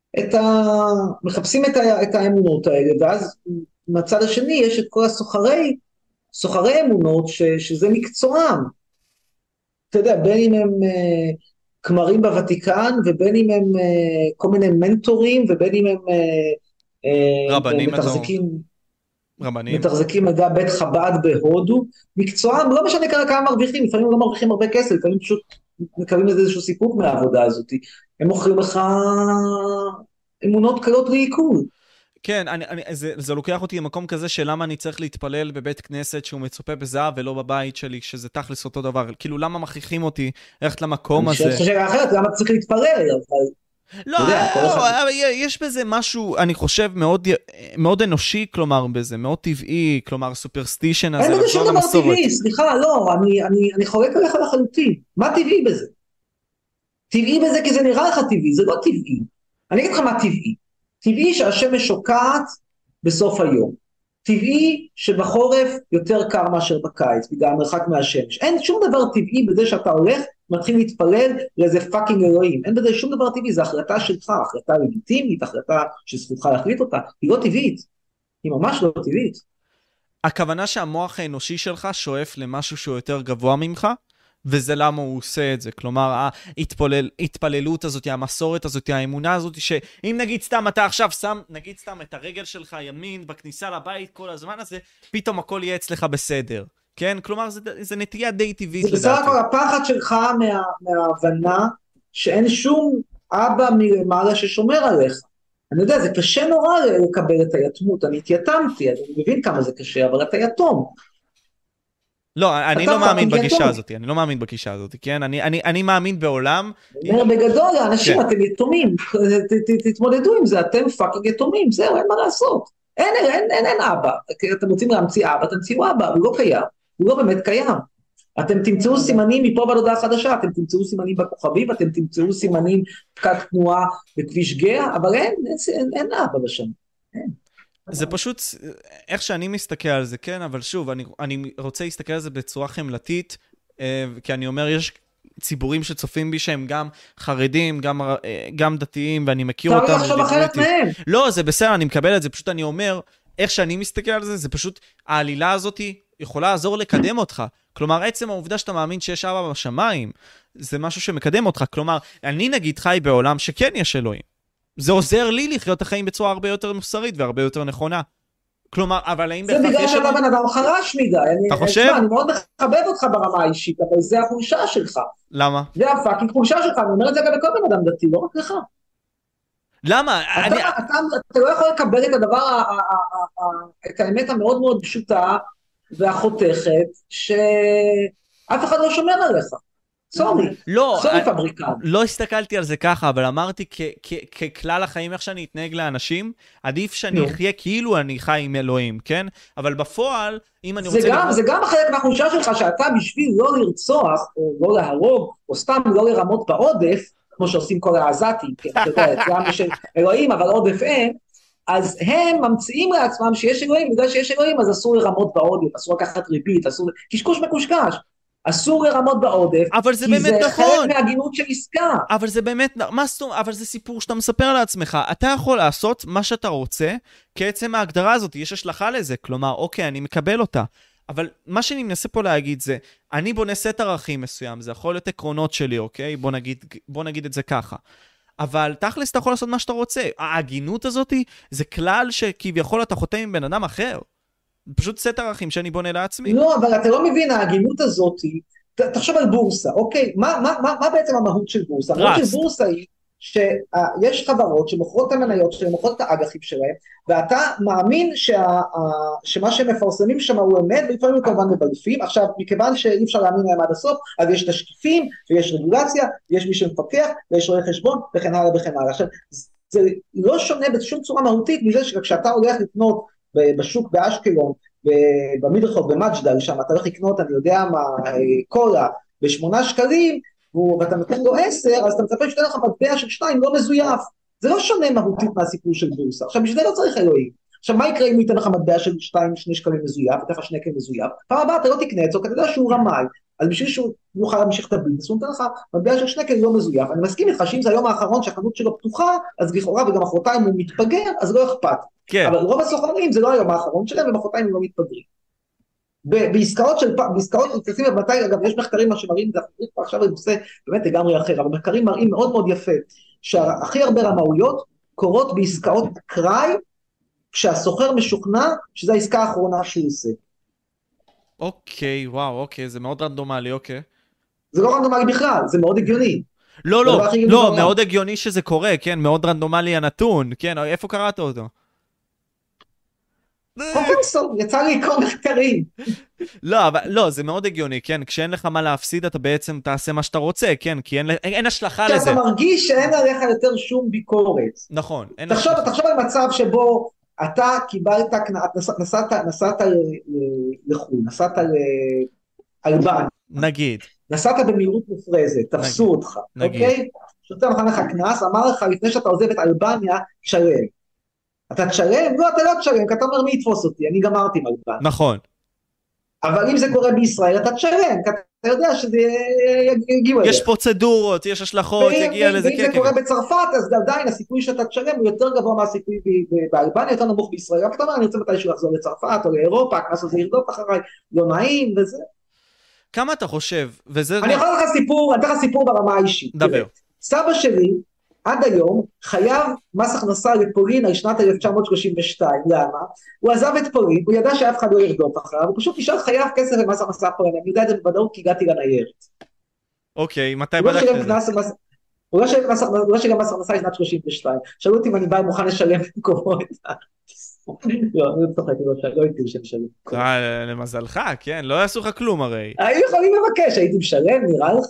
B: את האמונות האלה, ואז מהצד השני יש את כל סוחרי אמונות, שזה מקצועם. אתה יודע, בין אם הם כמרים בוותיקן, ובין אם הם כל מיני מנטורים, ובין אם הם
A: רבנים
B: מתחזקים אגב בית חב"ד בהודו, מקצועם, לא משנה כמה מרוויחים, לפעמים לא מרוויחים הרבה כסף, לפעמים פשוט מקבלים איזשהו סיפוק מהעבודה הזאת, הם מוכרים לך אמונות קלות לעיכול.
A: כן, זה לוקח אותי למקום כזה שלמה אני צריך להתפלל בבית כנסת שהוא מצופה בזהב ולא בבית שלי, שזה תכלס אותו דבר, כאילו למה מכריחים אותי ללכת למקום הזה?
B: אני חושב אחרת, למה צריך להתפלל, אבל...
A: לא, יש בזה משהו, אני חושב, מאוד אנושי, כלומר, בזה, מאוד טבעי, כלומר, סופרסטישן הזה.
B: אין בזה שום דבר טבעי, סליחה, לא, אני חולק עליך לחלוטין. מה טבעי בזה? טבעי בזה כי זה נראה לך טבעי, זה לא טבעי. אני אגיד לך מה טבעי. טבעי שהשמש שוקעת בסוף היום. טבעי שבחורף יותר קר מאשר בקיץ, בגלל המרחק מהשמש. אין שום דבר טבעי בזה שאתה הולך, מתחיל להתפלל לאיזה פאקינג אלוהים. אין בזה שום דבר טבעי, זו החלטה שלך, החלטה לגיטימית, החלטה שזכותך להחליט אותה. היא לא טבעית. היא ממש לא טבעית.
A: הכוונה שהמוח האנושי שלך שואף למשהו שהוא יותר גבוה ממך, וזה למה הוא עושה את זה. כלומר, ההתפללות הזאת, המסורת הזאת, האמונה הזאת, שאם נגיד סתם אתה עכשיו שם, נגיד סתם את הרגל שלך ימין בכניסה לבית כל הזמן הזה, פתאום הכל יהיה אצלך בסדר. כן? כלומר, זה נטייה די טבעית לדעתי.
B: זה בסך הכל הפחד שלך מההבנה שאין שום אבא מלמעלה ששומר עליך. אני יודע, זה קשה נורא לקבל את היתמות, אני התייתמתי, אני מבין כמה זה קשה, אבל אתה יתום.
A: לא, אני לא מאמין בגישה הזאת, אני לא מאמין בגישה הזאת, כן? אני מאמין בעולם...
B: בגדול, האנשים, אתם יתומים, תתמודדו עם זה, אתם פאקינג יתומים, זהו, אין מה לעשות. אין אבא, אתם רוצים להמציא אבא, תמציאו אבא, הוא לא קיים, הוא לא באמת קיים. אתם תמצאו סימנים מפה ועד הודעה חדשה, אתם תמצאו סימנים בכוכבים, אתם תמצאו סימנים פקק תנועה בכביש גאה, אבל אין אבא בשם, אין.
A: זה פשוט, איך שאני מסתכל על זה, כן, אבל שוב, אני רוצה להסתכל על זה בצורה חמלתית, כי אני אומר, יש ציבורים שצופים בי שהם גם חרדים, גם דתיים, ואני מכיר אותם.
B: אתה עכשיו אחרת מהם.
A: לא, זה בסדר, אני מקבל את זה, פשוט אני אומר, איך שאני מסתכל על זה, זה פשוט, העלילה הזאת יכולה לעזור לקדם אותך. כלומר, עצם העובדה שאתה מאמין שיש אבא בשמיים, זה משהו שמקדם אותך. כלומר, אני נגיד חי בעולם שכן יש אלוהים. זה עוזר לי לחיות את החיים בצורה הרבה יותר מוסרית והרבה יותר נכונה. כלומר, אבל האם
B: זה
A: בהכרח
B: בגלל
A: יש
B: שאתה
A: אלוהים?
B: בן אדם חלש מדי.
A: אתה חושב?
B: תשמע, אני מאוד מחבב אותך ברמה האישית, אבל זה החולשה שלך.
A: למה?
B: זה הפאקינג חולשה שלך, אני אומר את זה גם לכל בן אדם דתי, לא רק לך.
A: למה?
B: אתה לא יכול לקבל את הדבר, את האמת המאוד מאוד פשוטה והחותכת, שאף אחד לא שומר עליך. סורי, סורי פבריקן.
A: לא הסתכלתי על זה ככה, אבל אמרתי ככלל החיים איך שאני אתנהג לאנשים, עדיף שאני אחיה כאילו אני חי עם אלוהים, כן? אבל בפועל, אם אני רוצה...
B: זה גם חלק מהחולשה שלך, שאתה בשביל לא לרצוח, או לא להרוג, או סתם לא לרמות בעודף, כמו שעושים כל העזתים, כן? אתה יודע, אצלם יש אלוהים, אבל עודף אין, אז הם ממציאים לעצמם שיש אלוהים, בגלל שיש אלוהים, אז אסור לרמות בעודף, אסור לקחת ריבית, אסור... קשקוש מקושקש. אסור לרמות בעודף, כי זה חלק מהגינות של עסקה.
A: אבל זה באמת, אבל זה סיפור שאתה מספר לעצמך. אתה יכול לעשות מה שאתה רוצה, כעצם ההגדרה הזאת, יש השלכה לזה. כלומר, אוקיי, אני מקבל אותה. אבל מה שאני מנסה פה להגיד זה, אני בונה סט ערכים מסוים, זה יכול להיות עקרונות שלי, אוקיי? בוא נגיד את זה ככה. אבל תכלס אתה יכול לעשות מה שאתה רוצה. ההגינות הזאת זה כלל שכביכול אתה חותם עם בן אדם אחר. פשוט סט ערכים שאני בונה לעצמי.
B: לא, אבל אתה לא מבין, ההגינות הזאת, תחשוב על בורסה, אוקיי? מה בעצם המהות של בורסה? המהות של בורסה היא שיש חברות שמוכרות את המניות שלהם, מוכרות את האג"חים שלהם, ואתה מאמין שמה שהם מפרסמים שם הוא אמת, ולפעמים הם כמובן מבלפים. עכשיו, מכיוון שאי אפשר להאמין להם עד הסוף, אז יש תשקיפים, ויש רגולציה, ויש מי שמפקח, ויש רואה חשבון, וכן הלאה וכן הלאה. עכשיו, זה לא שונה בשום צורה מהותית מזה שכשאתה הולך לקנות בשוק באשקלון, במדרחוב, במג'דל, שם אתה הולך לקנות, אני יודע מה, קולה, ב8 שקלים, ואתה נותן לו 10, אז אתה מצפה שתהיה לך מטבע של 2 לא מזויף. זה לא שונה מהותית מהסיפור של בורסה. עכשיו, בשביל זה לא צריך אלוהים. עכשיו, מה יקרה אם הוא ייתן לך מטבע של 2 שקלים מזויף, ייתן לך 2 שקלים מזויף, פעם הבאה אתה לא תקנה את זה, כי אתה יודע שהוא רמאי, אז בשביל שהוא יוכל להמשיך את הביזנס, הוא נותן לך מטבע של 2 שקלים לא מזויף. אני מסכים איתך שאם זה היום האחרון שהחנות שלו פתוחה, אז לכאורה וגם מחרתיים הוא מתפגר, אז לא אכפת.
A: כן.
B: אבל רוב הסוחרים זה לא היום האחרון שלהם, ומחרתיים הם לא מתפגרים. בעסקאות תשימי מתי, אגב, יש מחקרים שמראים, עכשיו זה נושא באמת לגמרי אחר, אבל מחקרים מראים מאוד מאוד יפה, שהכי הרבה רמאויות קורות בעסקאות קראי, כשהסוחר משוכנע שזו העסקה האחרונה שהוא עושה.
A: אוקיי, וואו, אוקיי, זה מאוד רנדומלי, אוקיי.
B: זה לא רנדומלי בכלל, זה מאוד הגיוני.
A: לא, מאוד הגיוני שזה קורה, כן, מאוד רנדומלי הנתון, כן, איפה קראת אותו?
B: פרופסור, יצא לי לקרוא מחקרים.
A: לא, זה מאוד הגיוני, כן, כשאין לך מה להפסיד, אתה בעצם תעשה מה שאתה רוצה, כן, כי אין השלכה לזה.
B: כשאתה מרגיש שאין עליך יותר שום ביקורת.
A: נכון.
B: תחשוב על מצב שבו אתה קיבלת, נסעת לחו"ל, נסעת לאלבניה.
A: נגיד.
B: נסעת במהירות מופרזת, תפסו אותך, אוקיי? שוטר נתן לך קנס, אמר לך לפני שאתה עוזב את אלבניה, תשלם. אתה תשלם? לא, אתה לא תשלם, כי אתה אומר מי יתפוס אותי, אני גמרתי עם אלבניה.
A: נכון.
B: אבל אם זה קורה בישראל, אתה תשלם, כי אתה יודע שזה יגיעו אליך.
A: יש פרוצדורות, יש השלכות, יגיע לזה
B: ואם זה קורה בצרפת, אז עדיין הסיכוי שאתה תשלם הוא יותר גבוה מהסיכוי באלבניה, יותר נמוך בישראל. אבל אתה אומר, אני רוצה מתישהו לחזור לצרפת או לאירופה, הקנס הזה ירדוף אחריי, לא נעים וזה.
A: כמה אתה חושב?
B: אני יכול לתת לך סיפור ברמה האישית.
A: דבר.
B: סבא שלי, עד היום, חייב מס הכנסה לפולין על שנת 1932. למה? הוא עזב את פולין, הוא ידע שאף אחד לא ירדוף אחריו, הוא פשוט נשאר חייב כסף למס הכנסה פולין. אני יודע את זה בוודאות כי הגעתי לניירת.
A: אוקיי, מתי בדקת את זה?
B: הוא לא שגם מס הכנסה לשנת 32. שאלו אותי אם אני בא מוכן לשלם במקומו את זה. לא, אני צוחק, לא הייתי משלם.
A: למזלך, כן, לא יעשו לך כלום הרי.
B: היו יכולים לבקש, הייתי משלם, נראה לך?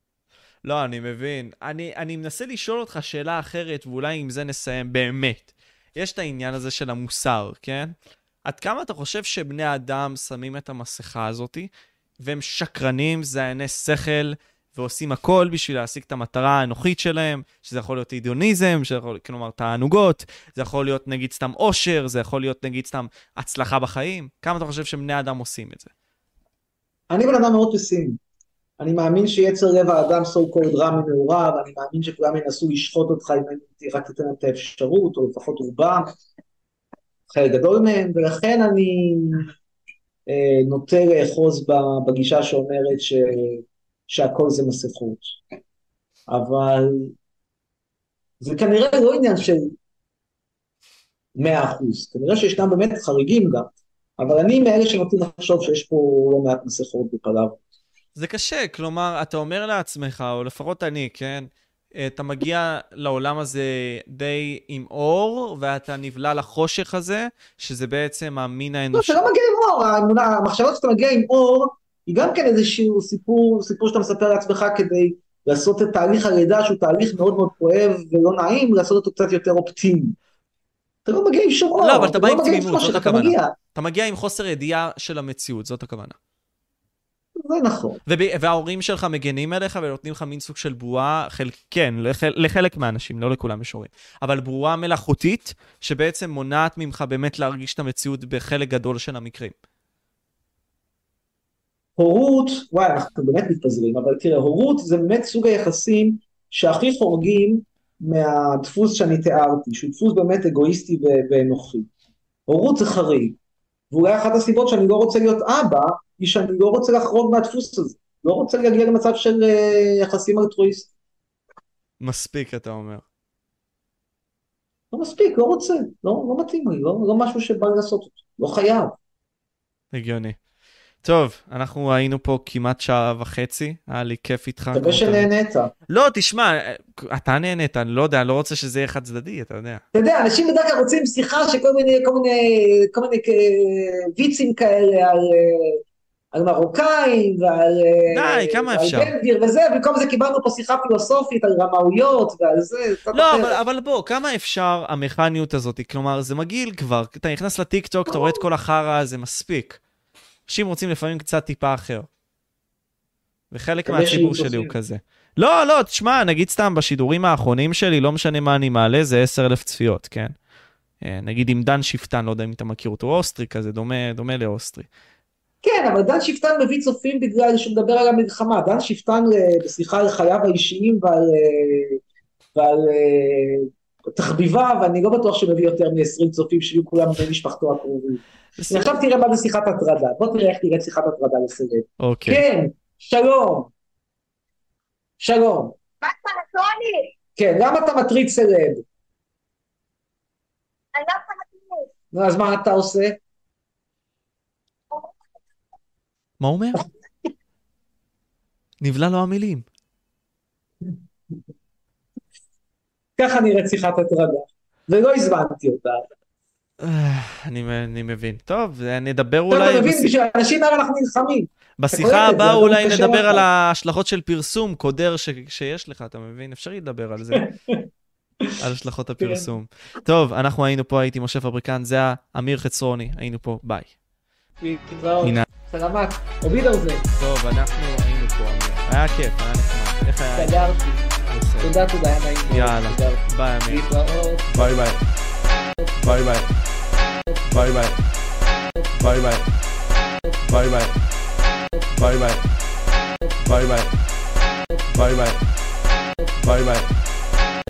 A: לא, אני מבין. אני מנסה לשאול אותך שאלה אחרת, ואולי עם זה נסיים באמת. יש את העניין הזה של המוסר, כן? עד כמה אתה חושב שבני אדם שמים את המסכה הזאת, והם שקרנים, זייני שכל, ועושים הכל בשביל להשיג את המטרה האנוכית שלהם, שזה יכול להיות אידיוניזם, כלומר תענוגות, זה יכול להיות נגיד סתם אושר, זה יכול להיות נגיד סתם הצלחה בחיים. כמה אתה חושב שבני אדם עושים את זה?
B: אני בן אדם מאוד פסימי. אני מאמין שיצר לב האדם so called רע מנעוריו, ואני מאמין שכולם ינסו לשחוט אותך אם רק תיתן את האפשרות, או לפחות רובם, חלק גדול מהם, ולכן אני נוטה לאחוז בגישה שאומרת שהכל זה מסכות. אבל זה כנראה לא עניין של 100%. כנראה שישנם באמת חריגים גם, אבל אני מאלה שנוטים לחשוב שיש פה לא מעט מסכות בפליו.
A: זה קשה, כלומר, אתה אומר לעצמך, או לפחות אני, כן? אתה מגיע לעולם הזה די עם אור, ואתה נבלה לחושך הזה, שזה בעצם המין האנושי.
B: לא, אתה לא מגיע עם אור, המחשבות שאתה מגיע עם אור, היא גם כן איזשהו סיפור שאתה מספר לעצמך כדי לעשות את תהליך הלידה, שהוא תהליך מאוד מאוד כואב ולא נעים, לעשות אותו קצת יותר אופטימי. אתה לא מגיע עם שום אור.
A: לא, אבל אתה בא עם תמימות, זאת הכוונה.
B: מגיע.
A: אתה מגיע עם חוסר ידיעה של המציאות, זאת הכוונה.
B: זה נכון.
A: וההורים שלך מגנים עליך ונותנים לך מין סוג של בועה, כן, לחלק מהאנשים, לא לכולם יש הורים, אבל בועה מלאכותית, שבעצם מונעת ממך באמת להרגיש את המציאות בחלק גדול של המקרים.
B: הורות, וואי, אנחנו באמת מתפזרים, אבל תראה, הורות זה באמת סוג היחסים שהכי חורגים מהדפוס שאני תיארתי, שהוא דפוס באמת אגואיסטי ואנוכי. הורות זה חריג, ואולי אחת הסיבות שאני לא רוצה להיות אבא, היא שאני לא רוצה לחרוג מהדפוס הזה, לא רוצה להגיע למצב של יחסים אלטרואיסטיים.
A: מספיק, אתה אומר.
B: לא מספיק, לא רוצה, לא מתאים לי, לא משהו שבא לעשות אותו, לא חייב.
A: הגיוני. טוב, אנחנו היינו פה כמעט שעה וחצי, היה לי כיף איתך.
B: תודה שנהנית.
A: לא, תשמע, אתה נהנית, אני לא יודע, אני לא רוצה שזה יהיה חד צדדי, אתה יודע.
B: אתה יודע, אנשים בדרך כלל רוצים שיחה שכל מיני ויצים כאלה על מרוקאים ועל
A: כמה אפשר?
B: בן גביר וזה, במקום זה קיבלנו פה שיחה פילוסופית על רמאויות ועל זה.
A: לא, אבל בוא, כמה אפשר המכניות הזאת? כלומר, זה מגעיל כבר, אתה נכנס לטיק טוק, אתה רואה את כל החרא, זה מספיק. אנשים רוצים לפעמים קצת טיפה אחר. וחלק מהציבור שלי הוא כזה. לא, תשמע, נגיד סתם, בשידורים האחרונים שלי, לא משנה מה אני מעלה, זה 10,000 צפיות, כן? נגיד עם דן שפטן, לא יודע אם אתה מכיר אותו, אוסטרי כזה, דומה לאוסטרי.
B: כן, אבל דן שפטן מביא צופים בגלל שהוא מדבר על המלחמה. דן שפטן בשיחה על חייו האישיים ועל תחביבה, ואני לא בטוח שמביא יותר מ-20 צופים שיהיו כולם בני משפחתו הקרובים. עכשיו תראה מה זה שיחת הטרדה. בוא תראה איך תראה שיחת הטרדה לסרב.
A: אוקיי.
B: כן, שלום.
C: מה פלטוני?
B: כן, למה אתה מטריד סרב?
C: אני לא פלטוני.
B: נו, אז מה אתה עושה?
A: מה הוא אומר? נבלה לו המילים.
B: ככה נראית שיחת הטרדה. ולא הזמנתי אותה.
A: אני מבין. טוב, נדבר אולי...
B: אתה מבין, בשביל האנשים האלה אנחנו נלחמים.
A: בשיחה הבאה אולי נדבר על ההשלכות של פרסום, קודר שיש לך, אתה מבין? אפשר לדבר על זה. על השלכות הפרסום. טוב, אנחנו היינו פה, הייתי משה פבריקן, זה אמיר חצרוני, היינו פה, ביי.
B: סלמת, אובידר זה.
A: טוב, אנחנו היינו פה, אמיר. היה כיף, היה נחמד. איך היה?
B: סגרתי. תודה, היה נעים.
A: יאללה, ביי אמיר.
B: להתראות.
A: ביי ביי. ביי ביי. ביי ביי. ביי ביי. ביי ביי. ביי ביי. ביי ביי. ביי ביי. ביי ביי.